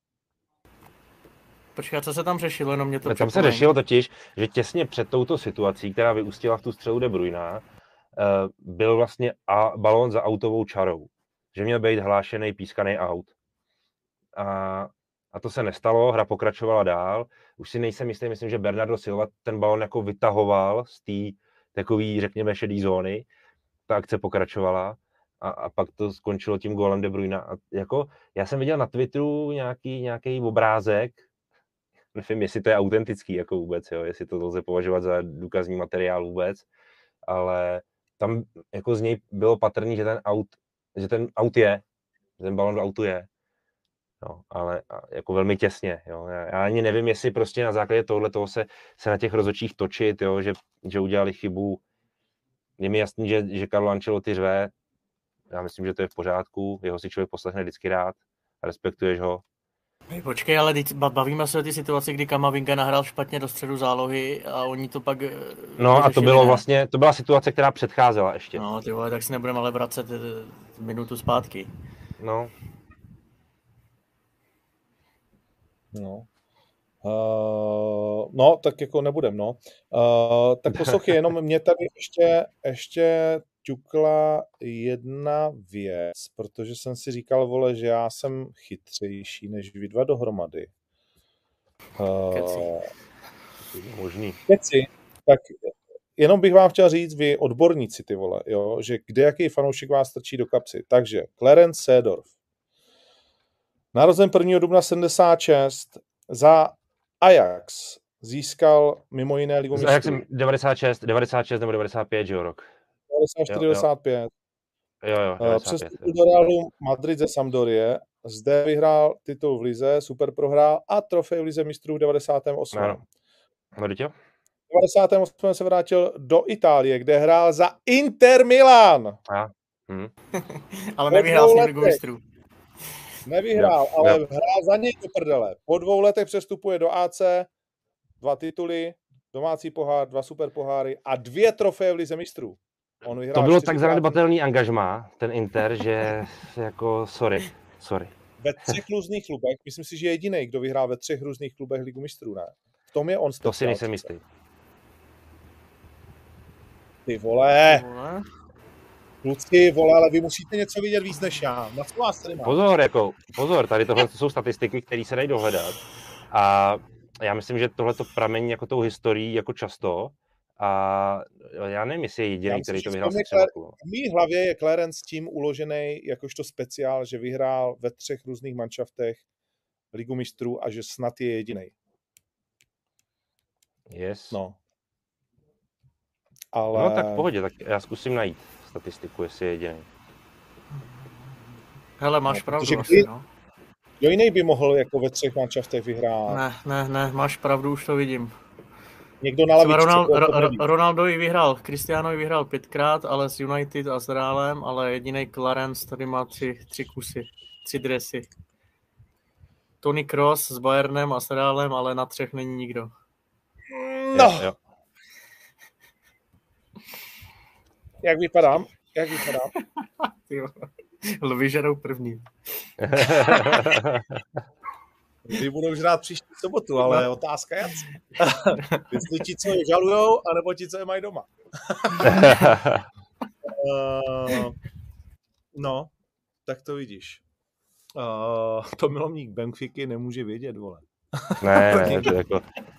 Počkej, co se tam řešilo? Jenom mě to tam se řešilo totiž, že těsně před touto situací, která vyústila v tu střelu De Bruyna, uh, byl vlastně a balón za autovou čarou. Že měl být hlášený pískaný out. A, a to se nestalo, hra pokračovala dál. Už si nejsem jistý, myslím, že Bernardo Silva ten balón jako vytahoval z té takový, řekněme, šedý zóny. Ta akce pokračovala a, a pak to skončilo tím gólem De Bruyna. A jako, já jsem viděl na Twitteru nějaký, nějaký obrázek, nevím, jestli to je autentický jako vůbec, jo, jestli to lze považovat za důkazní materiál vůbec, ale tam jako z něj bylo patrný, že ten aut, že ten aut je, že ten balon do autu je. Jo, ale jako velmi těsně. Jo. Já, já ani nevím, jestli prostě na základě tohle toho se, se na těch rozhodčích točit, jo, že, že udělali chybu. Je mi jasný, že, že Carlo Ancelotti řve. Já myslím, že to je v pořádku. Jeho si člověk poslechne vždycky rád. Respektuješ ho. Počkej, ale bavíme se o té situaci, kdy Kamavinga nahrál špatně do středu zálohy a oni to pak No a to bylo ne? vlastně, to byla situace, která předcházela ještě. No ty vole, tak si nebudeme ale vracet minutu zpátky. No. No. Uh, no, tak jako nebudem, no. Uh, tak poslouchej, jenom mě tady ještě, ještě ťukla jedna věc, protože jsem si říkal, vole, že já jsem chytřejší než vy dva dohromady. Uh, Keci. Možný. Keci. Tak jenom bych vám chtěl říct, vy odborníci, ty vole, jo, že kde jaký fanoušek vás strčí do kapsy. Takže Clarence Seedorf. Narozen prvního dubna sedmdesát šest, za Ajax získal mimo jiné ligu mistrů. Ajax devadesát šest, devadesát šest nebo devadesát pět, že jo, rok. devadesát čtyři devadesát pět. Jo, jo, devadesát pět. Přestoupil do Realu Madrid ze Sampdorie, zde vyhrál titul v lize, super prohrál a trofej v lize mistrů v devadesátém osmém. No, no, v devadesátém osmém se vrátil do Itálie, kde hrál za Inter Milan. A, hm. Ale nevyhrál s ním ligu mistrů. Nevyhrál, jo, ale jo. hrál za něj do prdele. Po dvou letech přestupuje do A C, dva tituly, domácí pohár, dva super poháry a dvě trofeje v lize mistrů. On To bylo tak zanedbatelný angažmá, ten Inter, že jako sorry, sorry. Ve třech různých klubech, myslím si, že jediný, kdo vyhrál ve třech různých klubech ligu mistrů, ne? V tom je on. To si nejsem jistý. Ty vole. Kluci, vole, ale vy musíte něco vidět víc než já. Na co vás tady mám? Pozor, jako, pozor, tady tohle jsou statistiky, které se dají dohledat. A já myslím, že tohle to pramení jako tou historií jako často. A já nevím, jestli je jediný, který to vyhrál se třeba. V mý hlavě je Clarence tím uložený jakožto speciál, že vyhrál ve třech různých manšaftech ligu mistrů a že snad je jediný. Yes. No. Ale... No tak v pohodě, tak já zkusím najít statistiku, jestli je jediný. Hele, máš no, pravdu asi, kdy... no. Kdo jiný by mohl jako ve třech manšaftech vyhrát? Ne, ne, ne, máš pravdu, už to vidím. Někdo na lavičce. Ronald, Ro, Ronaldo ji vyhrál, Cristiano ji vyhrál pětkrát, ale s United a s Realem, ale jediný Clarence tady má tři, tři kusy, tři dresy. Toni Kroos s Bayernem a s Realem, ale na třech není nikdo. No. Jo, jo. Jak vypadám? Jak vypadám? Lvy žerou první. Ty budou žrát příští sobotu, ale otázka je, jestli ti, co je žalujou, anebo ti, co je mají doma. uh, no, tak to vidíš. Uh, to milovník Benfiky nemůže vědět, vole. Ne, ne, to jako...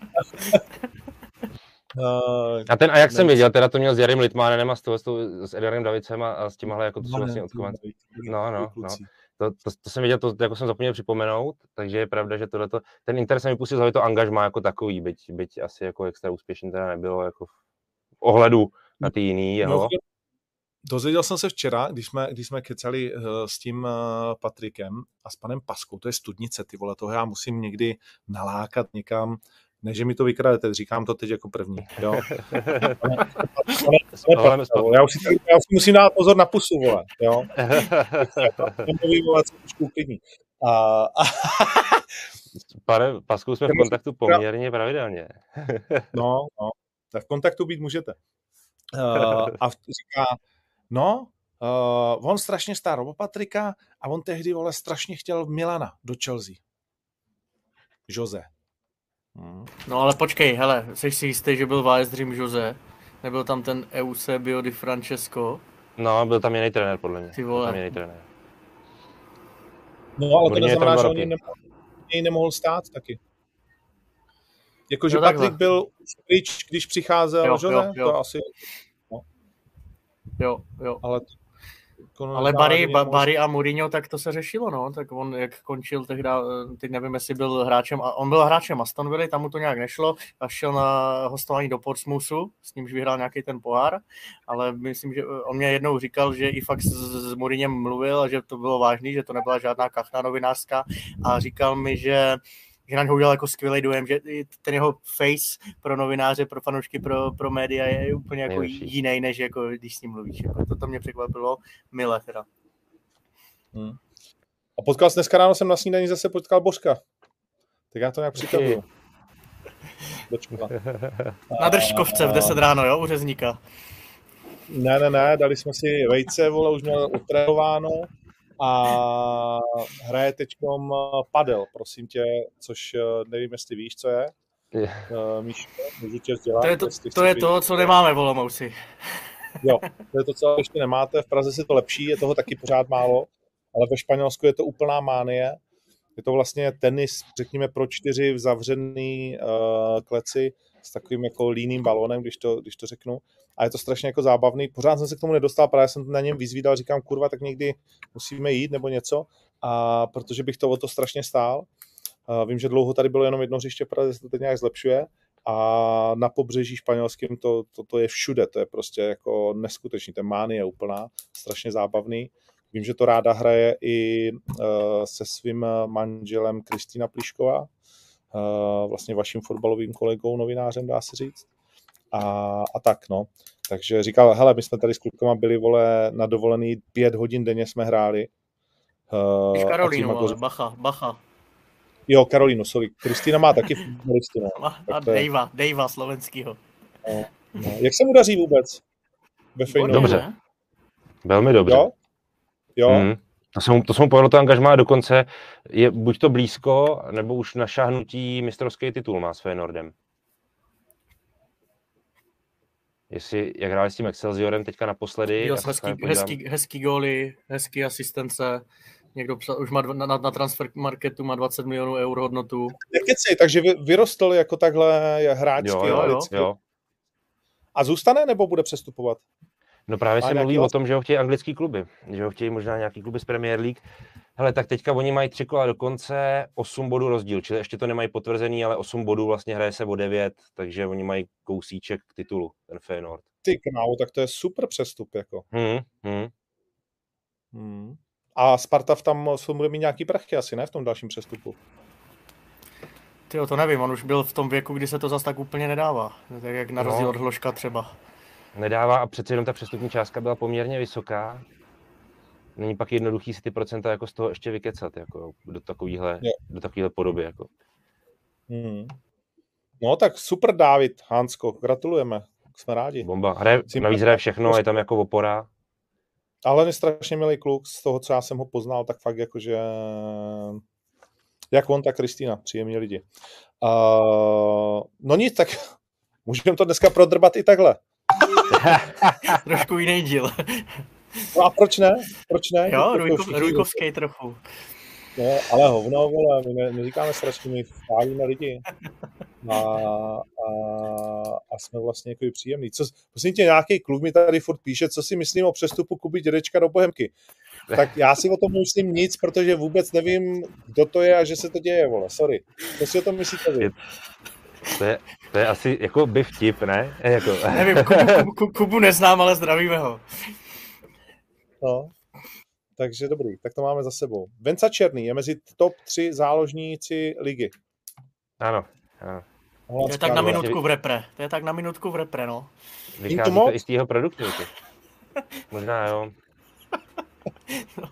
Uh, a ten Ajax jsem viděl, teda to měl s Jarym Litmanenem a s, toho, s Edarem Davicem a, a s těmahle, jako to jsou vlastně odkovat. No, no, no. To, to, to jsem viděl, to jako jsem zapomněl připomenout, takže je pravda, že tohleto, ten Inter se mi pustil za to angažmá jako takový, byť, byť asi jako extra úspěšný teda nebylo jako v ohledu na ty jiný jeho. No, dozvěděl jsem se včera, když jsme, když jsme kecali uh, s tím uh, Patrikem a s panem Paskou, to je studnice, ty vole, toho já musím někdy nalákat někam. Ne, že mi to vykradete, říkám to teď jako první. Jo? Já už si, já si musím dát pozor na pusu, vole. Jo? A... Pane Pasku, jsme v kontaktu poměrně pravidelně. No, no, tak v kontaktu být můžete. Uh, a říká, no, uh, on strašně stál o Patrika a on tehdy, vole, strašně chtěl Milana do Chelsea. Jose. Hmm. No ale počkej, hele, jsi si jistý, že byl Wise Dream Jose? Nebyl tam ten Eusebio Di Francesco? No, byl tam jiný trenér, podle mě. Ty vole. Byl tam jiný trenér. No, ale to neznamená, že on něj nemohl, nemohl stát taky. Jakože no, Patrik byl pryč, když přicházel jo, Jose, jo, jo. to asi... No. Jo, jo. Ale Ale Barry, ba, Barry a Mourinho, tak to se řešilo, no, tak on jak končil tehda, teď nevím, jestli byl hráčem, a on byl hráčem Aston Villa, tam mu to nějak nešlo a šel na hostování do Portsmouthu, s nímž vyhrál nějaký ten pohár, ale myslím, že on mě jednou říkal, že i fakt s, s Mourinhem mluvil a že to bylo vážný, že to nebyla žádná kachna novinářská a říkal mi, že že na něho udělal jako skvělý dojem, že ten jeho face pro novináře, pro fanoušky, pro, pro média je úplně jako jiný, než jako když s ním mluvíš. Jako to, to mě překvapilo mile teda. Hmm. A potkal jsi dneska ráno, jsem na snídani zase potkal Božka. Tak já to nějak přitavuju. Na Držkovce v deset ráno, jo, u řezníka. Ne, ne, ne, dali jsme si vejce, vole, už měl utrénováno. A hraje teďkom padel, prosím tě, což nevím, jestli víš, co je. Yeah. Uh, Míš, můžu tě vzdělat. To je to, to, je to co nemáme v Olomouci. Jo, to je to, co ještě nemáte. V Praze si to lepší, je toho taky pořád málo, ale ve Španělsku je to úplná mánie. Je to vlastně tenis, řekněme, pro čtyři v zavřený uh, kleci s takovým jako líným balónem, když to, když to řeknu. A je to strašně jako zábavný. Pořád jsem se k tomu nedostal, právě jsem na něm vyzvídal, říkám, kurva, tak někdy musíme jít nebo něco, a protože bych to o to strašně stál. A vím, že dlouho tady bylo jenom jedno hřiště, protože se to teď nějak zlepšuje a na pobřeží španělským to, to, to je všude, to je prostě jako neskutečný, to je mánie úplná, strašně zábavný. Vím, že to ráda hraje i uh, se svým manželem Kristýna Plišková, uh, vlastně vaším fotbalovým kolegou, novinářem, dá se říct. A, a tak, no. Takže říkal, hele, my jsme tady s klukama byli, vole, na dovolený pět hodin denně jsme hráli. Uh, Karolínu, ale bacha, bacha. Jo, Karolínu, sorry. Kristýna má taky fotbalistu, no. A Dejva, Dejva slovenskýho. No, no. Jak se mu daří vůbec? Ve Feyenoordu? Dobře. Velmi dobře. Jo? Jo? Mm. To jsem, to jsem povedl, to angažmá dokonce je buď to blízko, nebo už na šáhnutí mistrovský titul má s Feyenoordem. Jestli, jak hráli s tím Excelsiorem teďka naposledy. Jo, hezký, hezký, hezký góly, hezký asistence. Někdo psal, už má na, na transfer marketu má dvacet milionů eur hodnotu. Nekecej, takže vy, vyrostl jako takhle hráčský. Jo, jo, jo, jo. A zůstane, nebo bude přestupovat? No právě se mluví o tom, že ho chtějí anglický kluby. Že ho chtějí možná nějaký kluby z Premier League. Hele, tak teďka oni mají tři kola do konce, osm bodů rozdíl, čili ještě to nemají potvrzený, ale osm bodů vlastně hraje se o devět, takže oni mají kousíček k titulu, ten Feyenoord. Ty krávo, tak to je super přestup, jako. Hmm, hmm. Hmm. A Sparta v tam bude mít nějaký prachy asi, ne, v tom dalším přestupu? Tyjo, to nevím, on už byl v tom věku, kdy se to zase tak úplně nedává, tak jak na rozdíl no. od Hloška třeba. Nedává a přece jenom ta přestupní částka byla poměrně vysoká. Není pak jednoduchý si ty procenta jako z toho ještě vykecat jako do takovýhle, do takovýhle podoby. Jako. Hmm. No tak super, Dávid, Hansko, gratulujeme, jsme rádi. Bomba, hraje, navíc hraje všechno, je tam jako opora. Ale je strašně milý kluk, z toho, co já jsem ho poznal, tak fakt jakože jak on, tak Kristýna, příjemní lidi. Uh, no nic, tak můžeme to dneska prodrbat i takhle. Trošku jiný díl. No a proč ne? Proč ne? Jo, Rujkov, Rujkovský trochu. No, ale hovno, vole, my ne, neříkáme strašně, my fálíme lidi. A, a, a jsme vlastně jako příjemný. Co, prosím tě, nějaký kluk mi tady furt píše, co si myslím o přestupu Kuby Dědečka do Bohemky. Tak já si o tom myslím nic, protože vůbec nevím, kdo to je a že se to děje, vole, sorry. Co si o tom myslíte vy? To je, to je asi jako by vtip, ne? Jako... Nevím, Kubu, Kubu, Kubu neznám, ale zdravíme ho. No, takže dobrý, tak to máme za sebou. Venca Černý je mezi top tři záložníci ligy. Ano, ano. To je tak na minutku v repre, to je tak na minutku v repre, no. Vychází to i z tého produktivity. Možná, jo. No.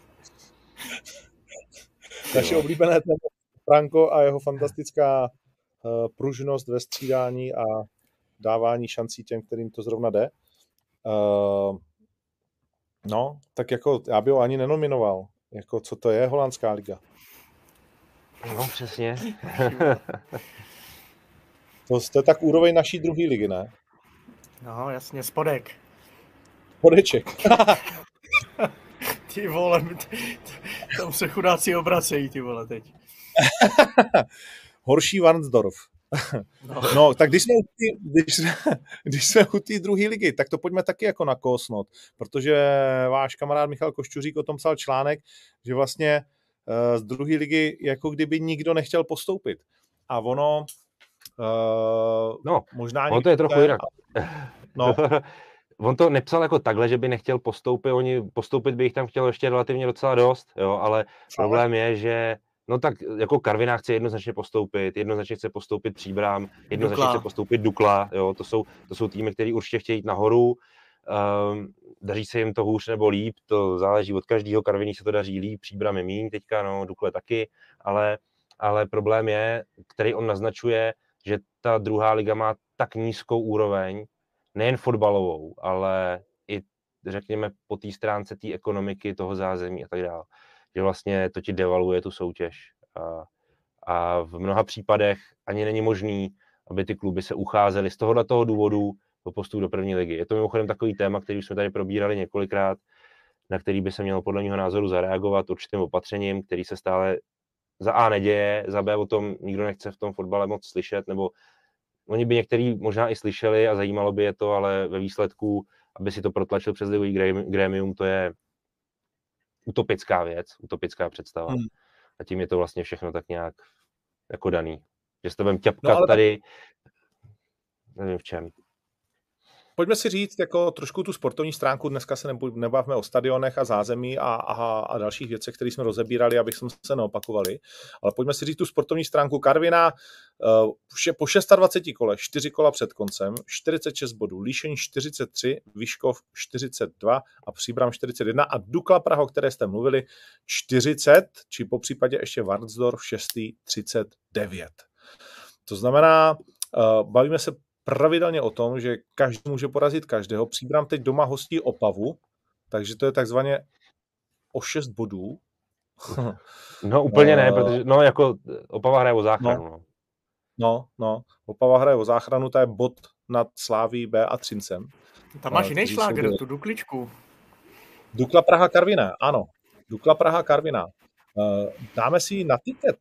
Naše oblíbené téma Franko a jeho fantastická uh, pružnost ve střídání a dávání šancí těm, kterým to zrovna jde. Uh, no, tak jako já bych ho ani nenominoval. Jako, co to je holandská liga? No, přesně. To, to je tak úroveň naší druhé ligy, ne? No, jasně, spodek. Spodeček. Ty vole, tam se chudáci obracejí, ty vole, teď. Horší Varnsdorf. No, no tak když jsme, když, když jsme u té druhé ligy, tak to pojďme taky jako nakousnout, protože váš kamarád Michal Košťuřík o tom psal článek, že vlastně z druhé ligy jako kdyby nikdo nechtěl postoupit. A ono uh, no, možná... ono to je trochu jinak. No. On to nepsal jako takhle, že by nechtěl postoupit, oni postoupit by jich tam chtěl ještě relativně docela dost, jo, ale problém je, že no tak jako Karviná chce jednoznačně postoupit, jednoznačně chce postoupit Příbram, jednoznačně Dukla. chce postoupit Dukla, jo, to jsou, to jsou týmy, které určitě chtějí jít nahoru, um, daří se jim to hůř nebo líp, to záleží od každého, Karviní se to daří líp, Příbram je míň teďka, no, Dukle taky, ale, ale problém je, který on naznačuje, že ta druhá liga má tak nízkou úroveň, nejen fotbalovou, ale i řekněme po té stránce té ekonomiky, toho zázemí a tak dále. Že vlastně to ti devaluje tu soutěž. A, a v mnoha případech ani není možný, aby ty kluby se ucházely z tohohle toho důvodu po postupu do první ligy. Je to mimochodem takový téma, který už jsme tady probírali několikrát, na který by se mělo podle mého názoru zareagovat určitým opatřením, který se stále za A neděje, za B o tom nikdo nechce v tom fotbale moc slyšet, nebo oni by některý možná i slyšeli a zajímalo by je to, ale ve výsledku, aby si to protlačil přes ligový grémium, to je utopická věc, utopická představa. Hmm. A tím je to vlastně všechno tak nějak jako daný. Že s tebem ťapkat no, tady, nevím v čem. Pojďme si říct jako trošku tu sportovní stránku, dneska se nebavíme o stadionech a zázemí a, a, a dalších věcech, které jsme rozebírali, abychom se neopakovali, ale pojďme si říct tu sportovní stránku. Karviná uh, po dvaceti šesti kole, čtyři kola před koncem, čtyřicet šest bodů, Líšeň čtyřicet tři, Vyškov čtyřicet dva a Příbram čtyřicet jedna a Dukla Praha, o které jste mluvili, čtyřicet, či po případě ještě Varnsdorf šestý třicet devět. To znamená, uh, bavíme se pravidelně o tom, že každý může porazit každého. Příbram teď doma hostí Opavu, takže to je takzvaně o šest bodů. No úplně ne, protože no jako Opava hraje o záchranu. No, no, no. Opava hraje o záchranu, to je bod nad Sláví B a Třincem. Tam máš jiný šláger, tu Dukličku. Dukla Praha Karviná, ano. Dukla Praha Karviná. Dáme si ji na tiket.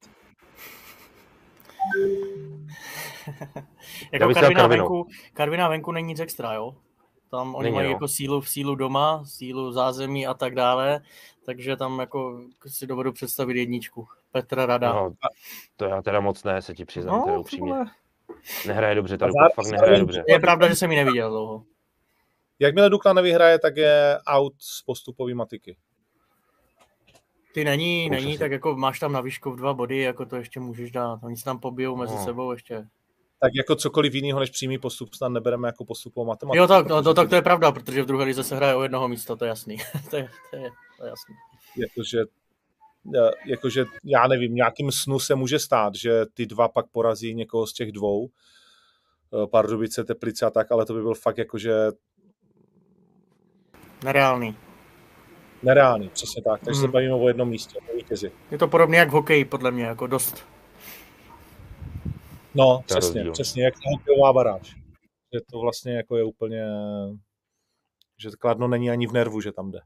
Jako Karviná venku, Karviná venku není nic extra, jo? Tam oni není, mají jo. jako sílu v sílu doma, sílu zázemí a tak dále, takže tam jako si dovedu představit jedničku. Petra Rada. No, to já teda moc ne, se ti přiznám, no, teda upřímně. Nehraje dobře, tady fakt nehraje dobře. Je pravda, že jsem ji neviděl dlouho. Jakmile Dukla nevyhraje, tak je out z postupový matiky. Ty není, není, si. Tak jako máš tam na Vyškov dva body, jako to ještě můžeš dát. Oni se tam pobijou mezi no. sebou ještě. Tak jako cokoliv jiného než přímý postup snad nebereme jako postupovou matematiku. Jo, tak, no, to, tak to je pravda, protože v druhé lize se hraje o jednoho místa, to je jasný. to, je, to, je, to je jasný. Jakože, jakože, já nevím, nějakým snu se může stát, že ty dva pak porazí někoho z těch dvou, Pardubice, Teplice a tak, ale to by byl fakt jakože... Nereálný. Nereálný, přesně tak. Takže hmm. se bavíme o jednom místě, o vítězi. Je to podobné jak v hokeji, podle mě, jako dost. No, přesně, přesně, jak hokejová baráž. Že to vlastně jako je úplně, že Kladno není ani v nervu, že tam jde.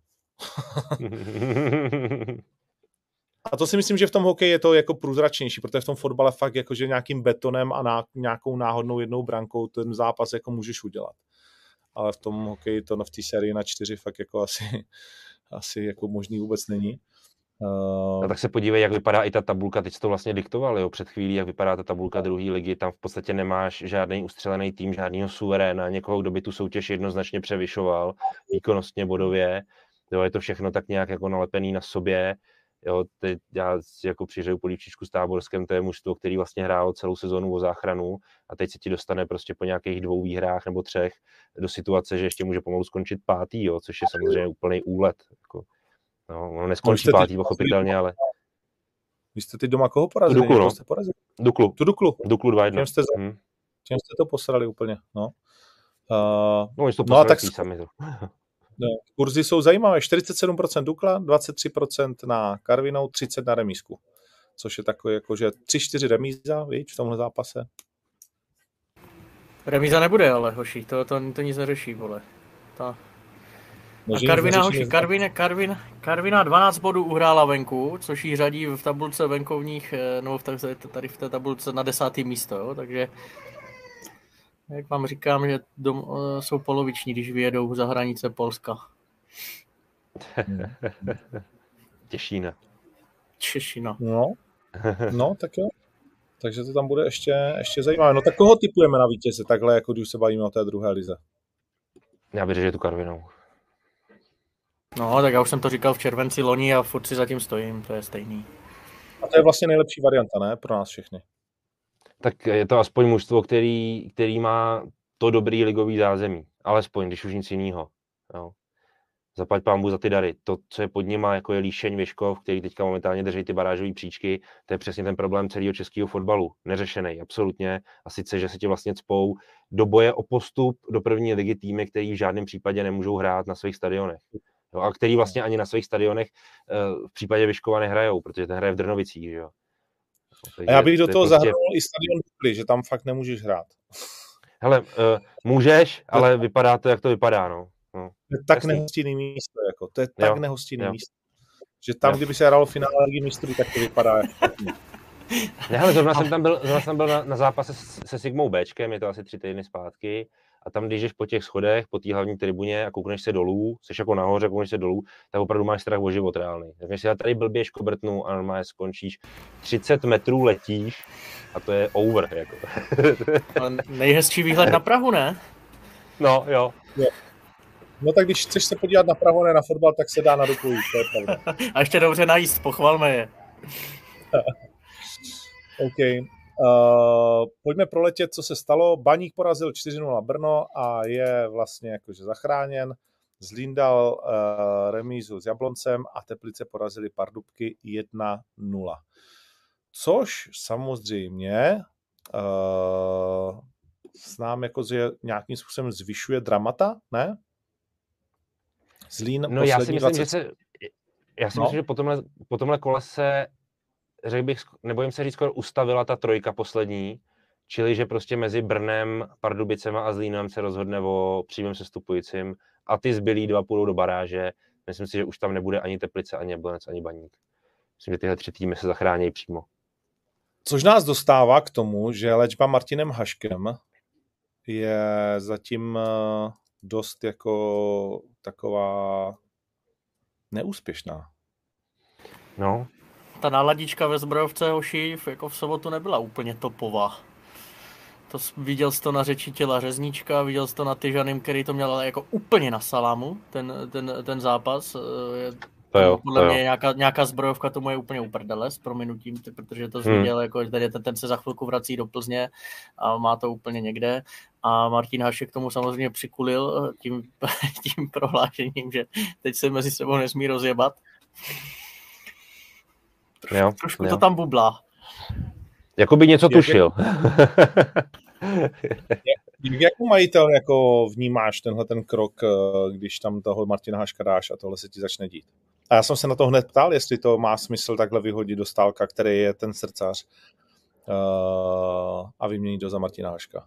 A to si myslím, že v tom hokeji je to jako průzračnější, protože v tom fotbale fakt jako, že nějakým betonem a ná, nějakou náhodnou jednou brankou ten zápas jako můžeš udělat. Ale v tom hokeji to v té sérii na čtyři fakt jako asi, asi jako možný vůbec není. No tak se podívej, jak vypadá i ta tabulka, teď jsi to vlastně diktoval, jo, před chvílí, jak vypadá ta tabulka druhé ligy, tam v podstatě nemáš žádný ustřelený tým, žádného suveréna, někoho, kdo by tu soutěž jednoznačně převyšoval, výkonnostně, bodově, jo, je to všechno tak nějak jako nalepený na sobě, jo, teď já jako přiřeju polívčičku s Táborskem, to je mužstvo, který vlastně hrálo celou sezonu o záchranu a teď se ti dostane prostě po nějakých dvou výhrách nebo třech do situace, že ještě může pomalu skončit pátý, jo, což je samozřejmě úplný úlet, jako. No, ono neskončí no, pátý, pochopitelně, ale... Vy jste ty doma koho porazili? Tu Duklu, no. Jste porazili? Duklu. Tu Duklu. Duklu dva jedna. Čem jste, hmm. čem jste to posrali úplně, no. Uh, no, oni to posrali no, tak sami. To. No, kurzy jsou zajímavé. čtyřicet sedm procent Dukla, dvacet tři procent na Karvinou, třicet procent na remízku. Což je takové jako, že tři čtyři remíza, víš, v tomhle zápase. Remíza nebude, ale hoši, to, to, to nic neřeší, vole. Ta... A Karviná, hoši, Karvin, Karvin, Karviná dvanáct bodů uhrála venku, což jí řadí v tabulce venkovních, nebo v tady v té tabulce na desátý místo, jo? Takže jak vám říkám, že dom, jsou poloviční, když vyjedou za hranice Polska. Těšína. Češina. No, no, tak jo. Takže to tam bude ještě, ještě zajímavé. No tak koho tipujeme na vítěze, takhle, jako když se bavíme o té druhé lize? Já bych řekl, že tu Karvinou. No, tak já už jsem to říkal v červenci loni a furt si zatím stojím, to je stejný. A to je vlastně nejlepší varianta, ne? Pro nás všechny. Tak je to aspoň mužstvo, který, který má to dobrý ligový zázemí. Alespoň, když už nic jiného. Jo. Zaplať pánbůh za ty dary. To, co je pod nima, jako je Líšeň, Věškov, který teďka momentálně drží ty barážové příčky, to je přesně ten problém celého českého fotbalu. Neřešený, absolutně. A sice, že se ti vlastně cpou do boje o postup do první ligy týmy, který v žádném případě nemůžou hrát na svých stadionech. Jo, a který vlastně ani na svých stadionech uh, v případě Vyškova nehrajou, protože ten hraje v Drnovicích. Jo. Takže a já bych do to toho prostě... zahrnul i stadion Dukly, že tam fakt nemůžeš hrát. Hele, uh, můžeš, ale vypadá to, jak to vypadá, no. no. To je tak nehostinný místo, jako. To je tak jo, nehostinný jo. místo. Že tam, jo. kdyby se hralo finále Ligy mistrů, tak to vypadá jako... Ne, hele, zrovna jsem tam byl, zrovna jsem byl na, na zápase se Sigmou Bčkem, je to asi tři týdny zpátky. A tam, když jdeš po těch schodech, po té hlavní tribuně a koukneš se dolů, jsi jako nahoře, koukneš se dolů, tak opravdu máš strach o život reálný. Tak si tady blbě škobrtnu a normálně skončíš, třicet metrů letíš a to je over. Jako. Ale nejhezčí výhled na Prahu, ne? No, jo. jo. No tak když chceš se podívat na Prahu, ne na fotbal, tak se dá na Duklu, to je pravda. A ještě dobře najíst, pochvalme je. OK. Uh, pojďme proletět, co se stalo. Baník porazil čtyři nula Brno a je vlastně jakože zachráněn. Zlín dal uh, remízu s Jabloncem a Teplice porazili Pardubky jedna nula. Což samozřejmě uh, s nám jako že nějakým způsobem zvyšuje dramata, ne? Zlín no já si myslím, dvacet... že se já si no. myslím, že po tomhle, po tomhle kole se řekl bych, nebojím se říct, skoro ustavila ta trojka poslední, čili že prostě mezi Brnem, Pardubicema a Zlínem se rozhodne o přímém sestupujícím a ty zbylí dva půjdou do baráže. Myslím si, že už tam nebude ani Teplice, ani Jablonec, ani Baník. Myslím, že tyhle tři týmy se zachrání přímo. Což nás dostává k tomu, že léčba Martinem Haškem je zatím dost jako taková neúspěšná. No, ta náladička ve Zbrojovce, hoši, jako v sobotu nebyla úplně topová. To viděl jsi to na řeči těla Řezníčka, viděl jsi to na Tyžanym, který to měl jako úplně na salámu, ten, ten, ten zápas. To jo, podle to mě jo. Nějaká, nějaká Zbrojovka tomu je úplně uprdele s prominutím, protože to Hmm. viděl, jako, ten, ten se za chvilku vrací do Plzně a má to úplně někde. A Martin Hašek tomu samozřejmě přikulil tím, tím prohlášením, že teď se mezi sebou nesmí rozjebat. Trošku, jo, trošku jo. to tam bublá. Jakoby něco tušil. Jak jako majitel jako vnímáš tenhle ten krok, když tam toho Martina Haška dáš a tohle se ti začne dít? A já jsem se na to hned ptal, jestli to má smysl takhle vyhodit do Stálka, který je ten srdcař, a vyměnit to za Martina Haška.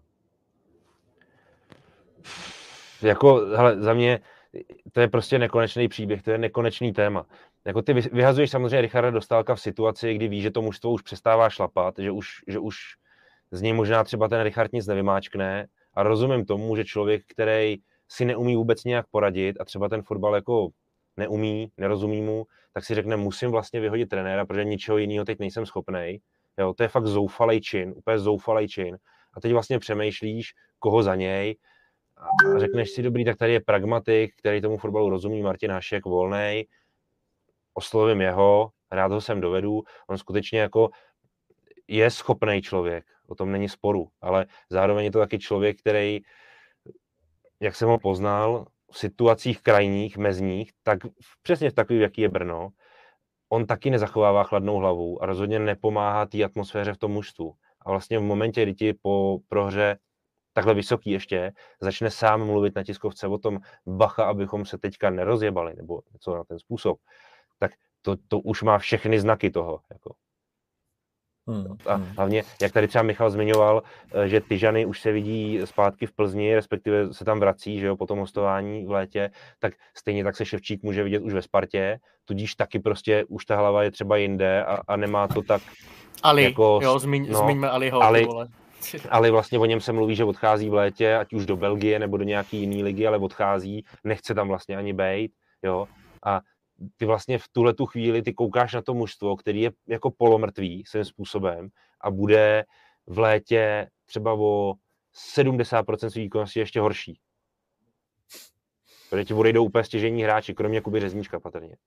Jako, hele, za mě to je prostě nekonečný příběh, to je nekonečný téma. Jako ty vyhazuješ samozřejmě Richarda Dostálka v situaci, kdy víš, že to mužstvo už přestává šlapat, že už, že už z něj možná třeba ten Richard nic nevymáčkne a rozumím tomu, že člověk, který si neumí vůbec nějak poradit a třeba ten fotbal jako neumí, nerozumí mu, tak si řekne, musím vlastně vyhodit trenéra, protože ničeho jiného teď nejsem schopnej. Jo, to je fakt zoufalej čin, úplně zoufalej čin. A teď vlastně přemýšlíš, koho za něj a řekneš si, dobrý, tak tady je pragmatik, který tomu fotbalu rozumí, Martin Hašek, volnej, oslovím jeho, rád ho sem dovedu, on skutečně jako je schopný člověk, o tom není sporu, ale zároveň je to taky člověk, který, jak jsem ho poznal, v situacích krajních, mezních, tak přesně v takový, jaký je Brno, on taky nezachovává chladnou hlavu a rozhodně nepomáhá té atmosféře v tom mužstvu. A vlastně v momentě, kdy ti po prohře takhle vysoký ještě, začne sám mluvit na tiskovce o tom, bacha, abychom se teďka nerozjebali, nebo něco na ten způsob, tak to, to už má všechny znaky toho. Jako. Hmm. A hlavně, jak tady třeba Michal zmiňoval, že Tyžany už se vidí zpátky v Plzni, respektive se tam vrací, že jo, po tom hostování v létě, tak stejně tak se Ševčík může vidět už ve Spartě, tudíž taky prostě už ta hlava je třeba jinde a, a nemá to tak Ali, jako... jo, zmiň, no, zmiňme Aliho, Ali, ty vole. Ale vlastně o něm se mluví, že odchází v létě, ať už do Belgie nebo do nějaký jiný ligy, ale odchází, nechce tam vlastně ani bejt, jo. A ty vlastně v tuhle tu chvíli ty koukáš na to mužstvo, který je jako polomrtvý svým způsobem a bude v létě třeba o sedmdesát procent svých výkonnosti ještě horší. Protože ti odejdou úplně stěžejní hráči, kromě Kuby Řezníčka patrně.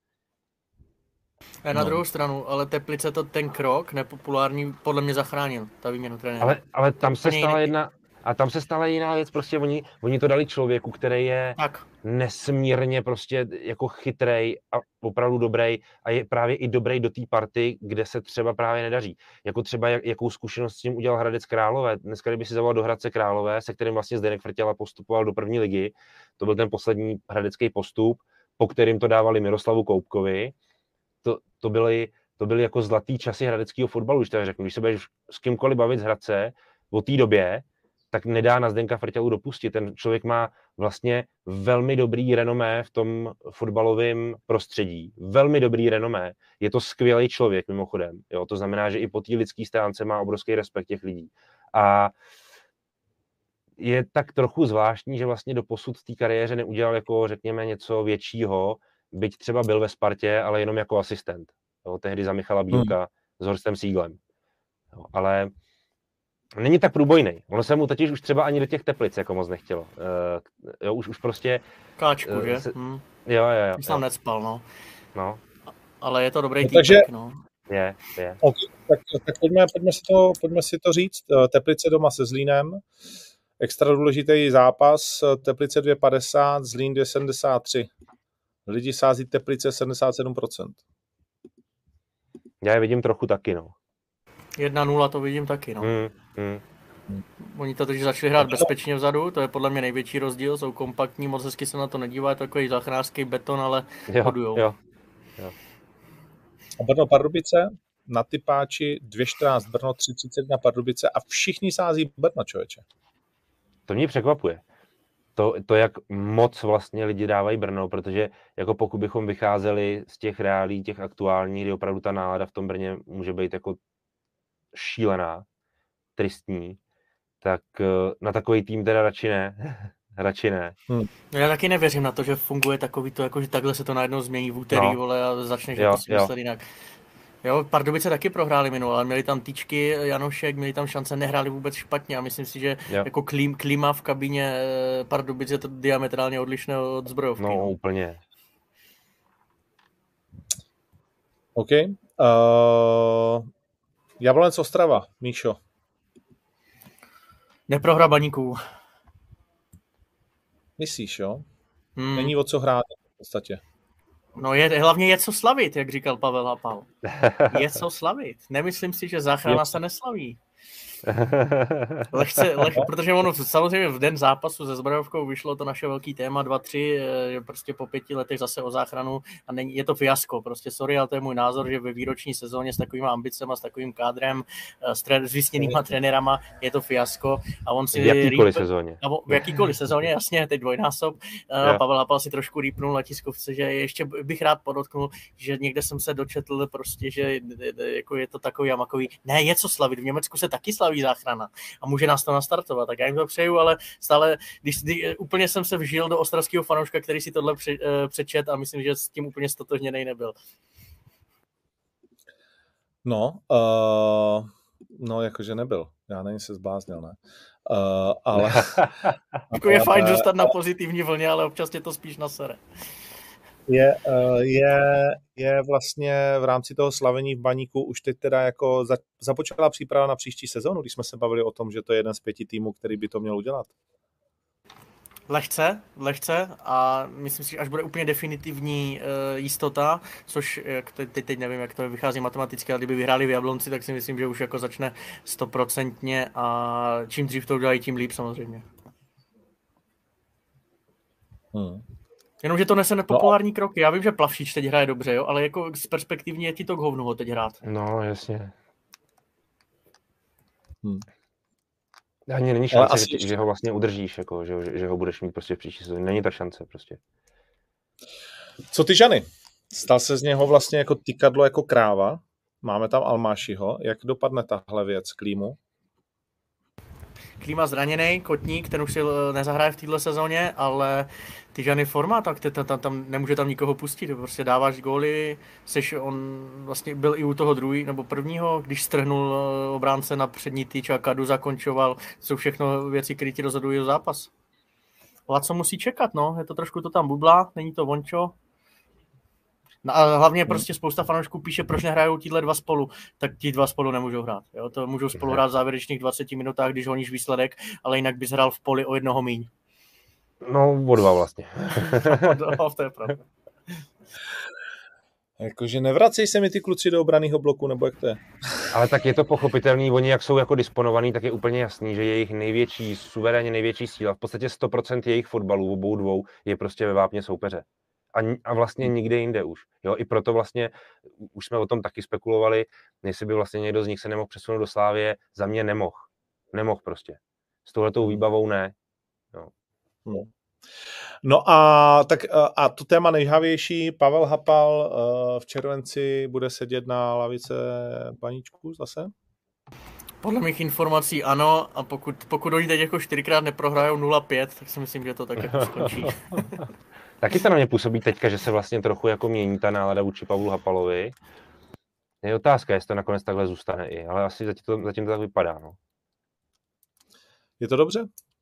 A na No. druhou stranu, ale Teplice to ten krok nepopulární podle mě zachránil, ta výměna trenéra. Ale, ale tam se Úplně stala jiný. jedna, a tam se stala jiná věc, prostě oni, oni to dali člověku, který je Tak. nesmírně prostě jako chytrej a opravdu dobrý a je právě i dobrý do té party, kde se třeba právě nedaří. Jako třeba jak, jakou zkušenost s tím udělal Hradec Králové. Dneska, kdyby si zavolal do Hradce Králové, se kterým vlastně Zdeněk Vrtěla postupoval do první ligy, to byl ten poslední hradecký postup, po kterým to dávali Miroslavu Koupkovi. To, to byly to byly jako zlatý časy hradeckého fotbalu, když to řeknu. Když se budeš s kýmkoliv bavit z Hradce o té době, tak nedá na Zdenka Vrtělu dopustit. Ten člověk má vlastně velmi dobrý renomé v tom fotbalovém prostředí. Velmi dobrý renomé. Je to skvělý člověk mimochodem. Jo? To znamená, že i po té lidské stránce má obrovský respekt těch lidí. A je tak trochu zvláštní, že vlastně doposud v té kariéře neudělal jako, řekněme, něco většího, byť třeba byl ve Spartě, ale jenom jako asistent. Jo? Tehdy za Michala Bílka hmm. s Horstem Sieglem. Jo? Ale není tak průbojný. Ono se mu totiž už třeba ani do těch Teplic jako moc nechtělo. Uh, jo, už, už prostě... Káčku, uh, že? Se, hmm. Jo, jo, jo. Už jsem necpal, no. No. Ale je to dobrý no, týpek, takže... no. Je, je. Okay, tak tak pojďme, pojďme, si to, pojďme si to říct. Teplice doma se Zlínem. Extra důležitý zápas. Teplice dvě padesát, Zlín dvě sedmdesát tři. Lidi sází Teplice sedmdesát sedm procent. Já je vidím trochu taky, no. jedna nula to vidím taky, no. Mm, mm. Oni to teď začali hrát bezpečně vzadu, to je podle mě největší rozdíl, jsou kompaktní, moc hezky se na to nedívá, je to takový záchranářský beton, ale jo, hodujou. Jo, jo. A Brno Pardubice, na typáči dvě čtrnáct Brno, tři třicet na Pardubice a všichni sází Brno, člověče. To mě překvapuje. To, to, jak moc vlastně lidi dávají Brno, protože jako pokud bychom vycházeli z těch reálí, těch aktuálních, kdy opravdu ta nálada v tom Brně může být jako šílená, tristní, tak na takový tým teda radši ne. radši ne. Hmm. No já taky nevěřím na to, že funguje takový to, jako že takhle se to najednou změní v úterý, no. vole, a začneš jako si myslet jinak. Jo, Pardubice taky prohráli minul, ale měli tam tyčky, Janošek, měli tam šance, nehráli vůbec špatně a myslím si, že jo. jako klím, klima v kabině Pardubice je to diametrálně odlišné od Zbrojovky. No, no. úplně. OK. Uh, Jablonec Ostrava, Míšo. Neprohra Baníků. Myslíš, jo? Hmm. Není o co hrát v podstatě. No je, hlavně je co slavit, jak říkal Pavel Hapal. Je co slavit. Nemyslím si, že záchrana se neslaví. Lehce, leh, protože ono samozřejmě v den zápasu se Zbrojovkou vyšlo to naše velký téma dva tři, prostě po pěti letech zase o záchranu a není, je to fiasko, prostě sorry, ale to je můj názor, že ve výroční sezóně s takovými ambicemi, s takovým kádrem, s, tre, s vysněnýma trenérama je to fiasko a on si... V jakýkoliv rýp, sezóně. A v jakýkoliv sezóně, jasně, teď dvojnásob. Yeah. Pavel Hapal si trošku rýpnul na tiskovce, že ještě bych rád podotknul, že někde jsem se dočetl prostě, že jako je to takový a makový. Ne, je co slavit, v Německu se taky slaví záchrana a může nás to nastartovat, tak já jim to přeju, ale stále, když, když úplně jsem se vžil do ostravského fanouška, který si tohle pře, přečet a myslím, že s tím úplně stotožněnej nebyl. No, uh, no jakože nebyl. Já nevím, se zbláznil, ne? Uh, ale... jako je fajn dostat na pozitivní vlně, ale občas tě to spíš nasere. Je, je, je vlastně v rámci toho slavení v Baníku už teď teda jako za, započala příprava na příští sezónu, když jsme se bavili o tom, že to je jeden z pěti týmů, který by to měl udělat. Lehce, lehce a myslím si, že až bude úplně definitivní uh, jistota, což jak teď, teď nevím, jak to vychází matematicky, ale kdyby vyhráli v Jablonci, tak si myslím, že už jako začne stoprocentně a čím dřív to udělají, tím líp samozřejmě. Hmm. Jenomže to nese nepopulární no. kroky. Já vím, že Plavšič teď hraje dobře, jo, ale jako z perspektivní je ti to k hovnu ho teď hrát. No, jasně. Hmm. Ani není šance, že, ještě... že ho vlastně udržíš, jako, že, že ho budeš mít prostě v příští sezóně. Není ta šance prostě. Co ty, Žany? Stal se z něho vlastně jako tykadlo, jako kráva. Máme tam Almášiho. Jak dopadne tahle věc Klímu? Klíma zraněný, Kotník, ten už si nezahraje v této sezóně, ale Tyžany forma, tak ty, tam, tam nemůže tam nikoho pustit, prostě dáváš góly, seš, on vlastně byl i u toho druhý nebo prvního, když strhnul obránce na přední tyč a Kadu zakončoval, jsou všechno věci, které ti rozhodují o zápas. Laco musí čekat, no, je to trošku to tam bubla, není to vončo. No a hlavně prostě spousta fanoušků píše, proč nehrajou tíhle dva spolu, tak ti dva spolu nemůžou hrát. Jo? To můžou spolu hrát v závěrečných dvaceti minutách, když honíš výsledek, ale jinak bys hrál v poli o jednoho míň. No, o dva vlastně. No, to je pravda. Jakože nevracej se mi ty kluci do obraného bloku, nebo jak to je? Ale tak je to pochopitelný, oni jak jsou jako disponovaný, tak je úplně jasný, že jejich největší, suverénně největší síla, v podstatě sto procent jejich fotbalů, obou dvou, je prostě ve vápně soupeře. A, a vlastně nikde jinde už. Jo, i proto vlastně, už jsme o tom taky spekulovali, jestli by vlastně někdo z nich se nemohl přesunout do Slávie, za mě nemohl. Nemohl prostě. S touhletou výbavou ne. Jo. No. No a tak a to téma nejhavější, Pavel Hapal v červenci bude sedět na lavice paníčku zase? Podle mých informací ano, a pokud, pokud oni teď jako čtyřikrát neprohrajou nula pět, tak si myslím, že to tak jako skončí. Taky to na mě působí teďka, že se vlastně trochu jako mění ta nálada vůči Pavlu Hapalovi. Je otázka, jestli to nakonec takhle zůstane i, ale asi zatím to, zatím to tak vypadá. No. Je to dobře?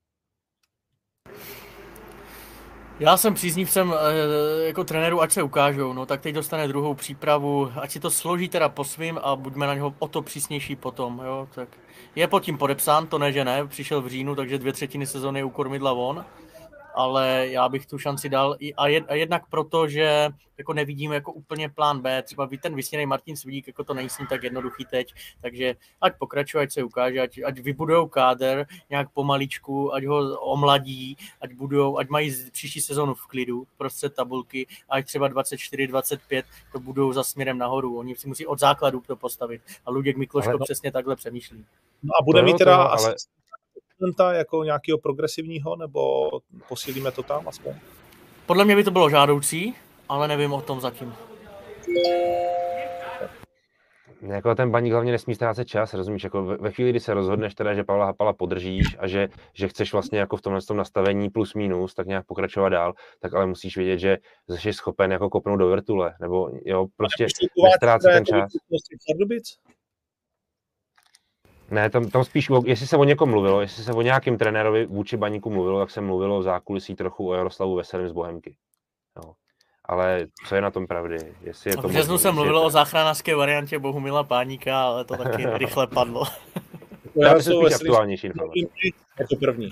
Já jsem příznivcem jako trenéru, ať se ukážou, no tak teď dostane druhou přípravu, ať si to složí teda po svým a buďme na něho o to přísnější potom, jo, tak je pod tím podepsán, to ne, že ne, přišel v říjnu, takže dvě třetiny sezóny je u kormidla von, ale já bych tu šanci dal i a, jed, a jednak proto, že jako nevidíme jako úplně plán B, třeba ten vysněný Martin Svidík, jako to není s ním tak jednoduchý teď, takže ať pokračuje, ať se ukáže, ať, ať vybudujou kádr nějak pomaličku, ať ho omladí, ať budujou, ať mají příští sezonu v klidu, prostřed tabulky, ať třeba dvacet čtyři dvacet pět to budou za směrem nahoru, oni si musí od základu to postavit a Luděk Mikloško ale... přesně takhle přemýšlí. No a bude mít teda asi... Ale... jako nějakého progresivního, nebo posílíme to tam aspoň? Podle mě by to bylo žádoucí, ale nevím o tom zatím. Jako ten Baník hlavně nesmí ztrácet čas, rozumíš, jako ve chvíli, kdy se rozhodneš teda, že Pavla Hapala podržíš a že, že chceš vlastně jako v tomhle tom nastavení plus minus, tak nějak pokračovat dál, tak ale musíš vědět, že jsi schopen jako kopnout do vrtule, nebo jo, prostě neztrácet ten čas. Ne, tam, tam spíš, jestli se o někom mluvilo, jestli se o nějakém trenérovi vůči Baníku mluvilo, tak se mluvilo v zákulisí trochu o Jaroslavu Veselým z Bohemky. Jo. Ale co je na tom pravdy? Jestli je to v březnu se mluvilo o záchranářské variantě Bohumila Páníka, ale to taky rychle padlo. Já myslím, spíš aktuálnější informace. Jako první.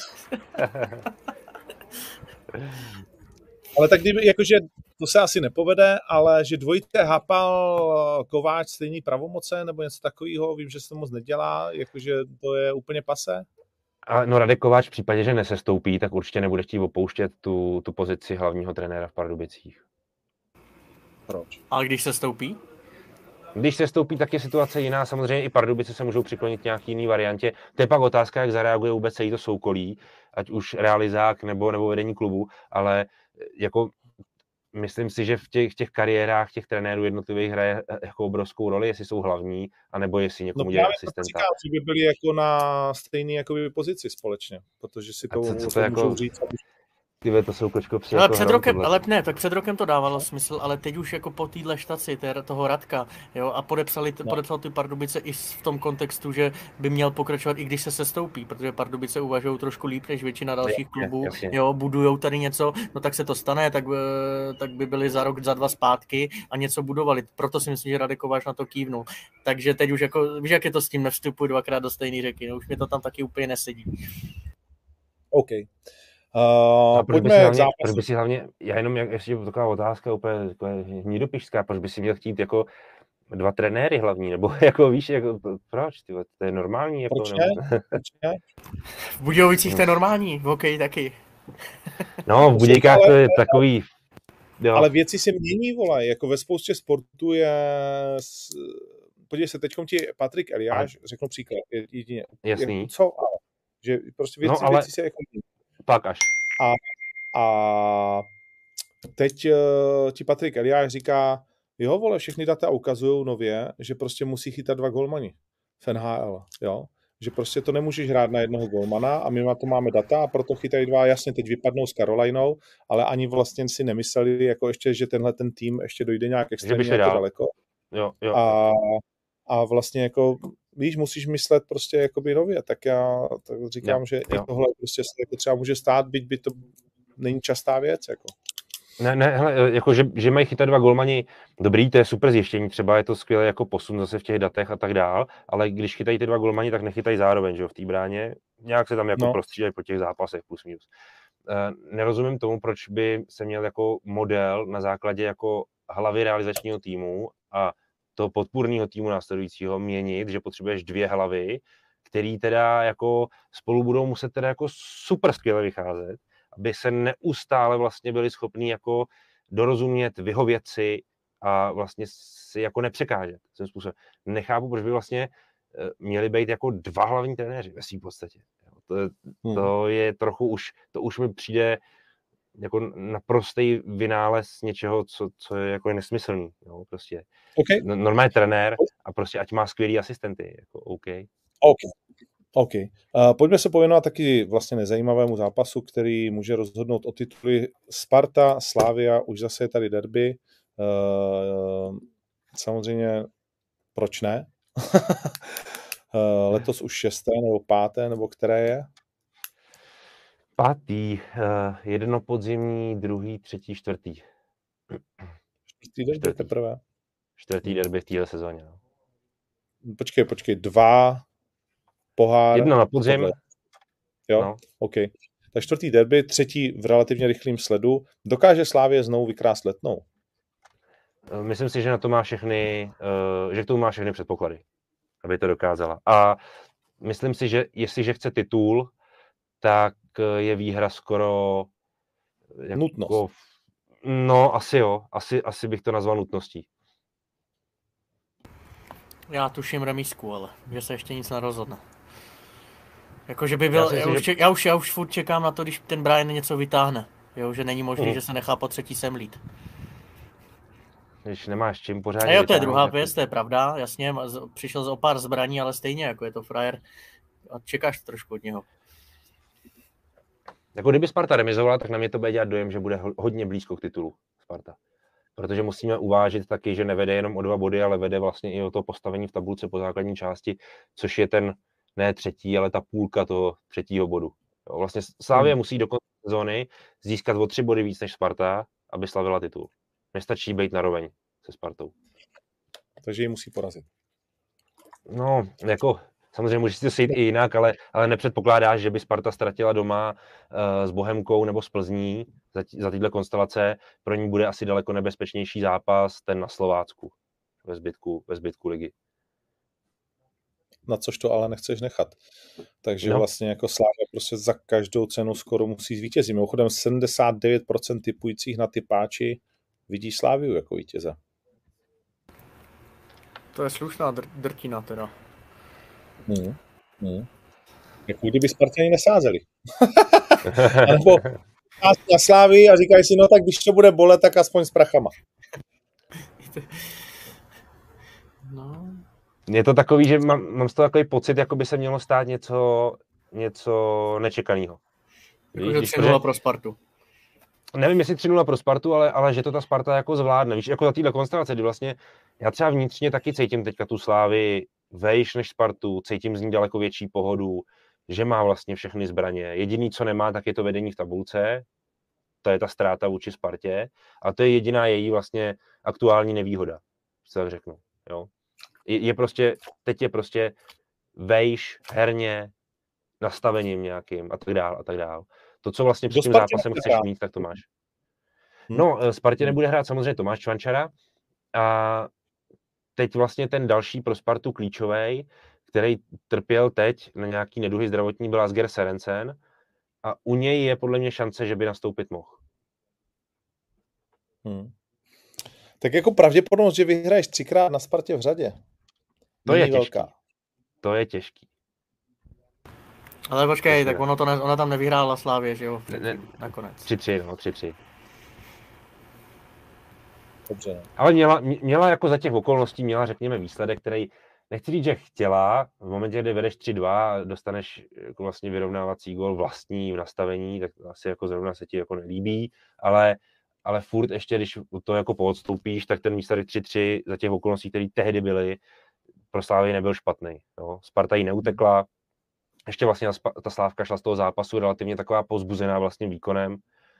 Ale tak kdyby, jakože to se asi nepovede, ale že dvojité Hapal, Kováč stejný pravomoce nebo něco takového, vím, že se to moc nedělá, jakože to je úplně pase. A no Radek Kováč v případě, že nesestoupí, tak určitě nebude chtít opouštět tu, tu pozici hlavního trenéra v Pardubicích. Proč? A když se stoupí? Když se stoupí, tak je situace jiná. Samozřejmě i Pardubice se můžou přiklonit k nějaký jiný variantě. To je pak otázka, jak zareaguje vůbec celý to soukolí, ať už realizák nebo, nebo vedení klubu, ale jako myslím si, že v těch, těch kariérách těch trenérů jednotlivých hraje jako obrovskou roli, jestli jsou hlavní, anebo jestli někomu no, dělají asistenta. Říkám, že by byli jako na stejné jakoby pozici společně, protože si to, co, co to to jako... můžou říct. Aby... Tyve, to jsou kočko při ale jako před rokem, ale ne, tak před rokem to dávalo smysl, ale teď už jako po téhle štaci té, toho Radka, jo, a podepsali, no. podepsal ty Pardubice i v tom kontextu, že by měl pokračovat, i když se sestoupí, protože Pardubice uvažují trošku líp než většina dalších je, klubů, je, jo, budujou tady něco, no tak se to stane, tak, tak by byli za rok, za dva zpátky a něco budovali, proto si myslím, že Radek Kováč na to kývnul. Takže teď už jako, víš, jak je to s tím, nevstupuji dvakrát do stejné řeky, no už mi to tam taky úplně nesedí. OK. Uh, proč, by hlavně, proč by si hlavně, já jenom, jak, ještě taková otázka úplně hnídopišská, proč by si měl chtít jako dva trenéry hlavní, nebo jako víš, jako, proč, tyhle, to je normální? Jako, proč ne? Proč ne? V Budějovicích to je normální, v hokeji taky. No, v Budějkách to je takový... Jo. Ale věci se mění, vole, jako ve spoustě sportu je podívej se, teďkom ti Patrik Eliáš řeknu příklad, jedině. Jasný. Co, ale, že prostě věci, no, ale... věci se jako... Pak až. A, a teď uh, ti Patrik Eliáš říká, jo, vole, všechny data ukazují nově, že prostě musí chytat dva golmani v N H L, jo. Že prostě to nemůžeš hrát na jednoho golmana a my na to máme data a proto chytají dva, jasně teď vypadnou s Carolinou, ale ani vlastně si nemysleli, jako ještě, že tenhle ten tým ještě dojde nějak extrémně jako daleko. Jo, jo. A, a vlastně jako, víš, musíš myslet prostě jakoby nově, tak já tak říkám, jo, že jo. I tohle prostě se jako třeba může stát, byť by to není častá věc, jako. Ne, ne, hele, jako, že, že mají chytat dva golmani, dobrý, to je super zjištění, třeba je to skvělé jako posun zase v těch datech a tak dál, ale když chytají ty dva golmani, tak nechytají zároveň, že jo, v té bráně, nějak se tam jako no. prostřídají po těch zápasech, plus minus. E, nerozumím tomu, proč by se měl jako model na základě jako hlavy realizačního týmu a toho podpůrného týmu následujícího měnit, že potřebuješ dvě hlavy, který teda jako spolu budou muset teda jako super skvěle vycházet, aby se neustále vlastně byli schopní jako dorozumět, vyhovět si a vlastně si jako nepřekážet. Tím způsobem. Nechápu, proč by vlastně měli být jako dva hlavní trenéři ve svým podstatě. To, to je trochu už, to už mi přijde jako naprostý vynález něčeho, co, co je jako nesmyslný. Jo, prostě. Okay. Normální trenér a prostě ať má skvělý asistenty. Jako OK. OK. OK. Uh, pojďme se pověnovat taky vlastně nezajímavému zápasu, který může rozhodnout o tituly Sparta, Slavia, už zase je tady derby. Uh, samozřejmě, proč ne? uh, letos už šesté nebo páté, nebo které je? Pátý, uh, jedno podzimní, druhý, třetí, čtvrtý. Čtvrtý derby čtvrtý. teprve. Čtvrtý derby v téhle sezóně. No. Počkej, počkej, dva pohár. Jedno na podzim. Jo, no. OK. Tak čtvrtý derby, třetí v relativně rychlém sledu. Dokáže Slavie znovu vykrást Letnou? Myslím si, že na to má všechny, uh, že k tomu má všechny předpoklady, aby to dokázala. A myslím si, že jestliže chce titul, tak je výhra skoro jako, nutnost. No, asi jo. Asi, asi bych to nazval nutností. Já tuším remízku, ale že se ještě nic nerozhodne. Jakože by byl, já, já, už, že... já, už, já už furt čekám na to, když ten Brian něco vytáhne. Jo, že není možný, uh. že se nechá po třetí semlít. Když nemáš čím pořádně. A jo, to je druhá věc, to je pravda, jasně, přišel z o pár zbraní, ale stejně, jako je to frajer. A čekáš trošku od něho. Jako kdyby Sparta remizovala, tak na mě to bude dělat dojem, že bude hodně blízko k titulu Sparta. Protože musíme uvážit taky, že nevede jenom o dva body, ale vede vlastně i o to postavení v tabulce po základní části, což je ten ne třetí, ale ta půlka toho třetího bodu. Jo, vlastně Slavia hmm. musí do konce sezóny získat o tři body víc než Sparta, aby slavila titul. Nestačí být naroveň se Spartou. Takže ji musí porazit. No, jako samozřejmě může si to sejít i jinak, ale, ale nepředpokládáš, že by Sparta ztratila doma uh, s Bohemkou nebo s Plzní za, za tyhle konstelace. Pro ní bude asi daleko nebezpečnější zápas ten na Slovácku ve zbytku, ve zbytku ligy. Na což to ale nechceš nechat. Takže no. vlastně jako Slavia prostě za každou cenu skoro musí zvítězit. Mimochodem sedmdesát devět procent typujících na typáči vidí Slaviu jako vítěze. To je slušná dr- drtina teda. Hmm. Hmm. Jako kdyby Spartěni nesázeli. Nebo na Slávii a říkají si, no tak když to bude bolet, tak aspoň s prachama. No. Je to takový, že mám, mám z toho takový pocit, jako by se mělo stát něco, něco nečekaného. Jako tři nula pro Spartu. Nevím, jestli tři nula pro Spartu, ale, ale že to ta Sparta jako zvládne. Víš, jako za téhle konstelace, kdy vlastně já třeba vnitřně taky cítím teďka tu Slávii vejš než Spartu, cítím z ní daleko větší pohodu, že má vlastně všechny zbraně. Jediný, co nemá, tak je to vedení v tabulce, to je ta ztráta vůči Spartě a to je jediná její vlastně aktuální nevýhoda, co tak řeknu. Jo? Je, je prostě, teď je prostě vejš herně, nastavením nějakým a tak dál a tak dál. To, co vlastně před tím zápasem chceš mít, tak to máš. No, Spartě nebude hrát samozřejmě Tomáš Čvančara a teď vlastně ten další pro Spartu klíčovej, který trpěl teď na nějaký neduhy zdravotní, byl Asger Serencen a u něj je podle mě šance, že by nastoupit mohl. Hmm. Tak jako pravděpodobnost, že vyhraješ třikrát na Spartě v řadě, To je není těžký. velká. To je těžký. Ale počkej, Přesně. tak ono to ne, ona tam nevyhrála Slávě, že jo? Ne, ne, nakonec. tři tři, no, tři tři. Dobře, no. Ale měla, měla jako za těch okolností, měla, řekněme, výsledek, který, nechci říct, že chtěla, v momentě, kdy vedeš tři dva a dostaneš jako vlastně vyrovnávací gól vlastní v nastavení, tak asi jako zrovna se ti jako nelíbí, ale, ale furt ještě, když to jako poodstoupíš, tak ten výsledek tři tři za těch okolností, které tehdy byly, pro Slávy nebyl špatný. Jo. Sparta jí neutekla, ještě vlastně ta Slávka šla z toho zápasu relativně taková povzbuzená vlastním výkonem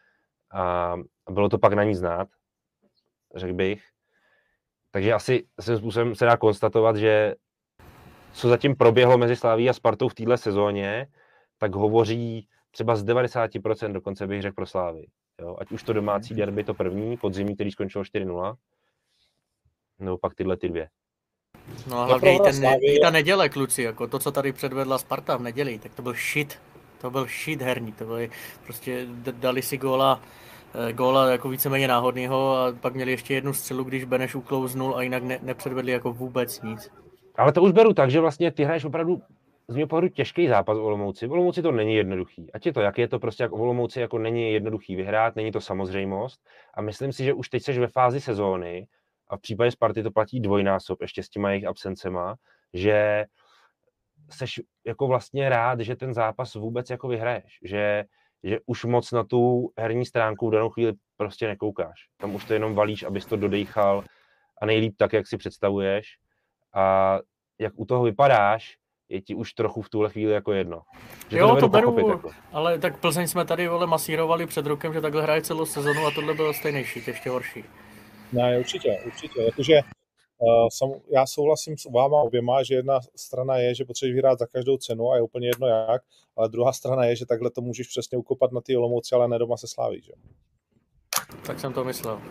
a bylo to pak na ní znát, řekl bych. Takže asi svým způsobem se dá konstatovat, že co zatím proběhlo mezi Slaví a Spartou v téhle sezóně, tak hovoří třeba z devadesát procent dokonce bych řekl pro Slávy. Jo? Ať už to domácí derby, to první, podzimní, který skončilo čtyři nula, nebo pak tyhle ty dvě. No a hlavně i, ten, i ta neděle, kluci, jako to, co tady předvedla Sparta v neděli, tak to byl shit. To byl shit herní, to byly, prostě dali si góla, góla jako víceméně náhodného a pak měli ještě jednu střelu, když Beneš uklouznul a jinak ne, nepředvedli jako vůbec nic. Ale to už beru tak, že vlastně ty hraješ opravdu z mého pohledu těžký zápas v Olomouci. V Olomouci to není jednoduchý. Ať je to, jak je to prostě jak v Olomouci jako není jednoduchý vyhrát, není to samozřejmost. A myslím si, že už teď seš ve fázi sezóny a v případě Sparty to platí dvojnásob ještě s těma jejich absencema, že seš jako vlastně rád, že ten zápas vůbec jako vyhraješ. Že, že už moc na tu herní stránku v danou chvíli prostě nekoukáš. Tam už to jenom valíš, abys to dodejchal a nejlíp tak, jak si představuješ. A jak u toho vypadáš, je ti už trochu v tuhle chvíli jako jedno. Že jo, to, to beru, pochopit, jako. Ale tak Plzeň jsme tady vole masírovali před rokem, že takhle hraje celou sezonu a tohle bylo stejný šit, ještě horší. Ne, určitě, určitě. Jakože uh, sam, já souhlasím s váma oběma, že jedna strana je, že potřebuješ vyhrát za každou cenu a je úplně jedno jak, ale druhá strana je, že takhle to můžeš přesně ukopat na ty Olomouci, ale ne doma se Slaví, že? Tak jsem to myslel.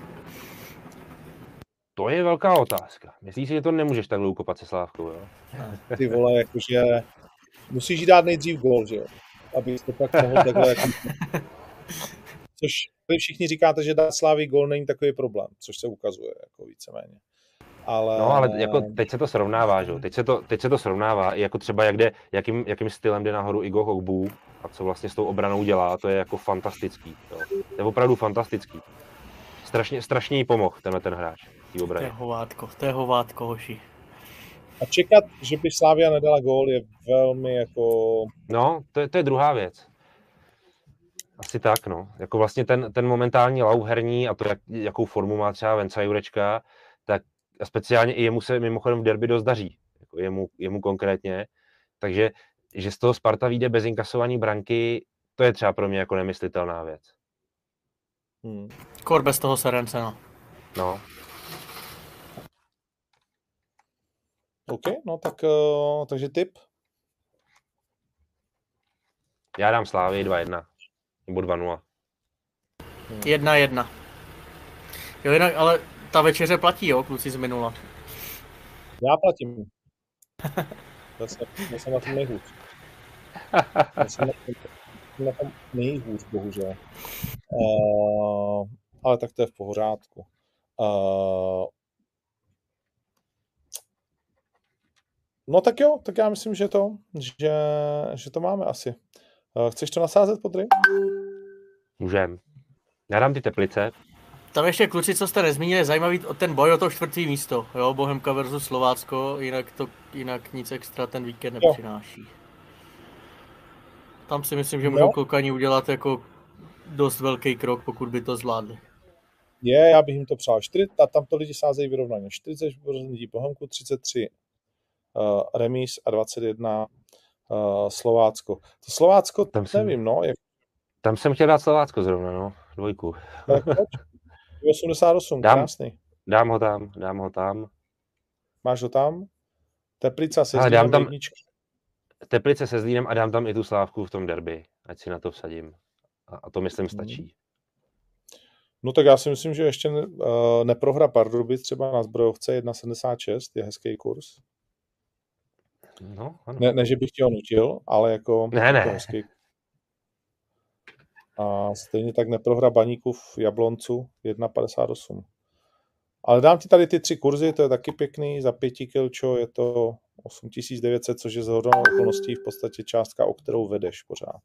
To je velká otázka. Myslíš si, že to nemůžeš takhle ukopat se Slávkou, jo? Ty vole, jakože musíš jí dát nejdřív gól, že jo? Aby to pak mohl takhle jako... Což vy všichni říkáte, že dát Slávy gól není takový problém, což se ukazuje jako víceméně. Ale... No, ale jako teď se to srovnává, že jo? Teď se to, teď se to srovnává, i jako třeba jak jde, jakým, jakým stylem jde nahoru Igor Hogbu a co vlastně s tou obranou dělá, to je jako fantastický. Jo? To je opravdu fantastický. Strašně, strašně jí pomohl tenhle ten hráč. To je hovátko, to je hovátko, hoši. A čekat, že by Slavia nedala gól, je velmi jako... No, to je, to je druhá věc. Asi tak, no. Jako vlastně ten, ten momentální lauv herní a to, jak, jakou formu má třeba Venca Jurečka, tak speciálně i jemu se mimochodem v derby dost daří. Jako jemu, jemu konkrétně. Takže, že z toho Sparta vyjde bez inkasování branky, to je třeba pro mě jako nemyslitelná věc. Hmm. Kor bez toho Serence, no. No. OK, no tak, uh, takže tip? Já dám Slávy dva jedna. Nebo dva nula. jedna jedna. Jo, jinak, ale ta večeře platí, jo, kluci z minula. Já platím. Já jsem, já jsem na tom nejhůř. Já jsem na tom, na tom nejhůř, bohužel. Uh, ale tak to je v pořádku. Uh, no tak jo, tak já myslím, že to, že, že to máme asi. Uh, chceš to nasázet, Podry? Můžem. Já dám ty Teplice. Tam ještě kluci, co jste nezmínili, zajímavý ten boj o to čtvrtý místo, jo, Bohemka versus Slovácko, jinak to, jinak nic extra ten víkend nepřináší. Tam si myslím, že můžou Klokani udělat jako dost velký krok, pokud by to zvládli. Je, já bych jim to přál. čtyři, a tam to lidi sázejí vyrovnaně. čtyřicet lidí Bohemku, třicet tři uh, remíz a dvacet jedna uh, Slovácko. To Slovácko, tam jsem, nevím, no. Jak... Tam jsem chtěl dát Slovácko zrovna, no. Dvojku. Tak pojď. osmdesát osm, dám, krásný. Dám ho tam, dám ho tam. Máš ho tam? Teplice se Zlínem tam... Teplice se Zlínem a dám tam i tu Slávku v tom derby, ať si na to vsadím. A, a to myslím stačí. Hmm. No tak já si myslím, že ještě ne, uh, neprohra Pardubic třeba na Zbrojovce jedna sedmdesát šest je hezký kurz. No, ano. Ne, ne, že bych tě ho nutil, ale jako... Ne, ne. Jako hezký. A stejně tak neprohra Baníkův Jabloncu jedna padesát osm. Ale dám ti tady ty tři kurzy, to je taky pěkný, za pěti kilčo je to osm tisíc devět set, což je zhodou okolností v podstatě částka, o kterou vedeš pořád.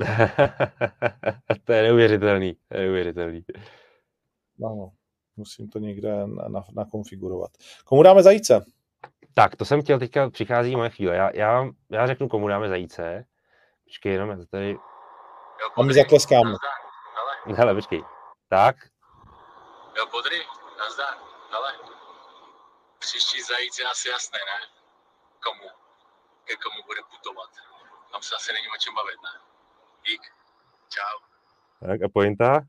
To je neuvěřitelný, to je neuvěřitelný. Ano, musím to někde nakonfigurovat. Komu dáme zajíce? Tak, to jsem chtěl, teďka přichází moje chvíle. Já, já, já řeknu, komu dáme zajíce. Počkej, jenom já to tady... A my zatleskáme. Hele, počkej. Tak. Jo, Podry, nazdar, hele. Příští zajíc je asi jasné, ne? Komu? Ke komu bude putovat. Tam se asi není o čem bavit, ne? Dík. Čau. Tak a pointa?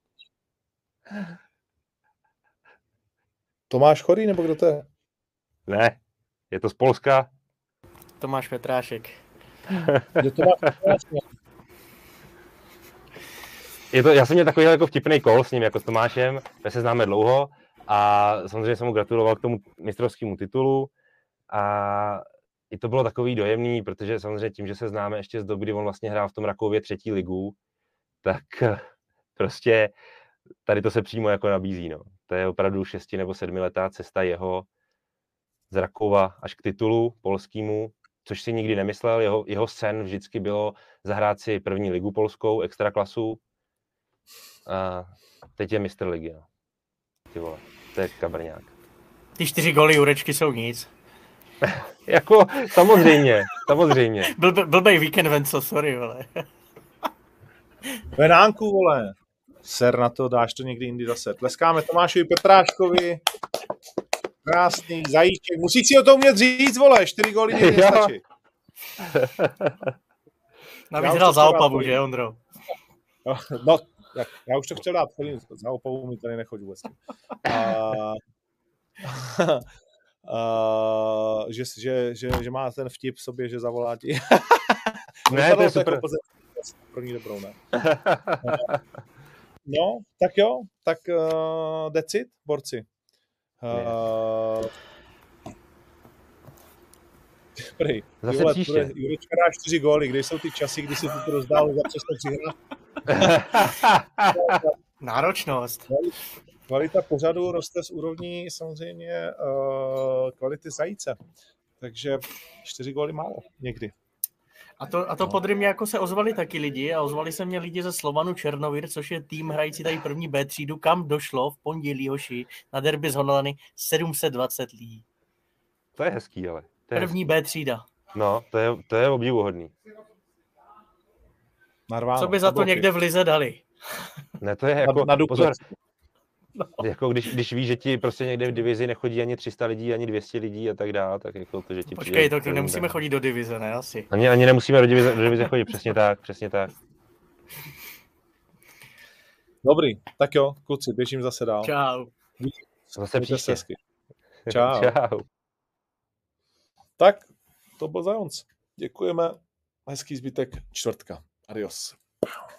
Tomáš Chorý, nebo kdo to je? Ne, je to z Polska. Tomáš Petrášek. Je to Je to, já jsem měl takový jako vtipný kol s ním, jako s Tomášem, my se známe dlouho a samozřejmě jsem mu gratuloval k tomu mistrovskému titulu a i to bylo takový dojemný, protože samozřejmě tím, že se známe ještě z doby, kdy on vlastně hrál v tom Rakově třetí ligu, tak prostě tady to se přímo jako nabízí, no. To je opravdu šesti nebo sedmiletá cesta jeho z Rakova až k titulu polskému, což si nikdy nemyslel. Jeho, jeho sen vždycky bylo zahrát si první ligu polskou, extraklasu. A teď je mistr ligy, no. Ty vole, to je kabrňák. Ty čtyři góly Jurečky jsou nic. Jako, samozřejmě, samozřejmě. Blbe, blbej víkend, Venco, sorry, vole. Venánku, vole. Ser na to, dáš to někdy jindy zase. Tleskáme Tomášovi Petráškovi. Krásný zajíček. Musíš si o tom umět říct, vole. Čtyři góly někdy nestačí. Navíc hrál za Opavu, že, Ondro? No, no tak, já už to chtěl dát. Za Opavu mi tady nechodí vůbec. A... Uh, že, že, že, že má ten vtip v sobě, že zavolá ti. Ne, to je super. Jako pro ní dobrou, ne? No, tak jo, tak uh, decid, borci. Uh, Dobrý. Zase Jule, příště. Jurečka dá čtyři góly, kde jsou ty časy, kdy si to rozdálo za přesto přihrát. Náročnost. Kvalita pořadu roste z úrovní samozřejmě uh, kvality zajíce. Takže čtyři góly málo někdy. A to, a to no. Podry mě jako se ozvali taky lidi a ozvali se mě lidi ze Slovanu Černovír, což je tým hrající tady první B třídu, kam došlo v pondělí, hoši, na derby z Honolany sedm set dvacet lidí. To je hezký, ale. To je první hezký. B třída. No, to je, to je obdivuhodný. Narváno. Co by za to někde v lize dali? Ne, to je jako, na, na pozor, no. Jako když, když víš, že ti prostě někde v divizi nechodí ani tři sta lidí, ani dvě stě lidí a tak dále, tak jako to, že ti Počkej, přijde, to nemusíme chodit do divize, ne, asi. Ani, ani nemusíme do divize, do divize chodit, přesně tak, přesně tak. Dobrý, tak jo, kluci, běžím zase dál. Čau. Zase příště. Čau. Čau. Tak, to byl Zajonc. Děkujeme. Hezký zbytek čtvrtka. Adios.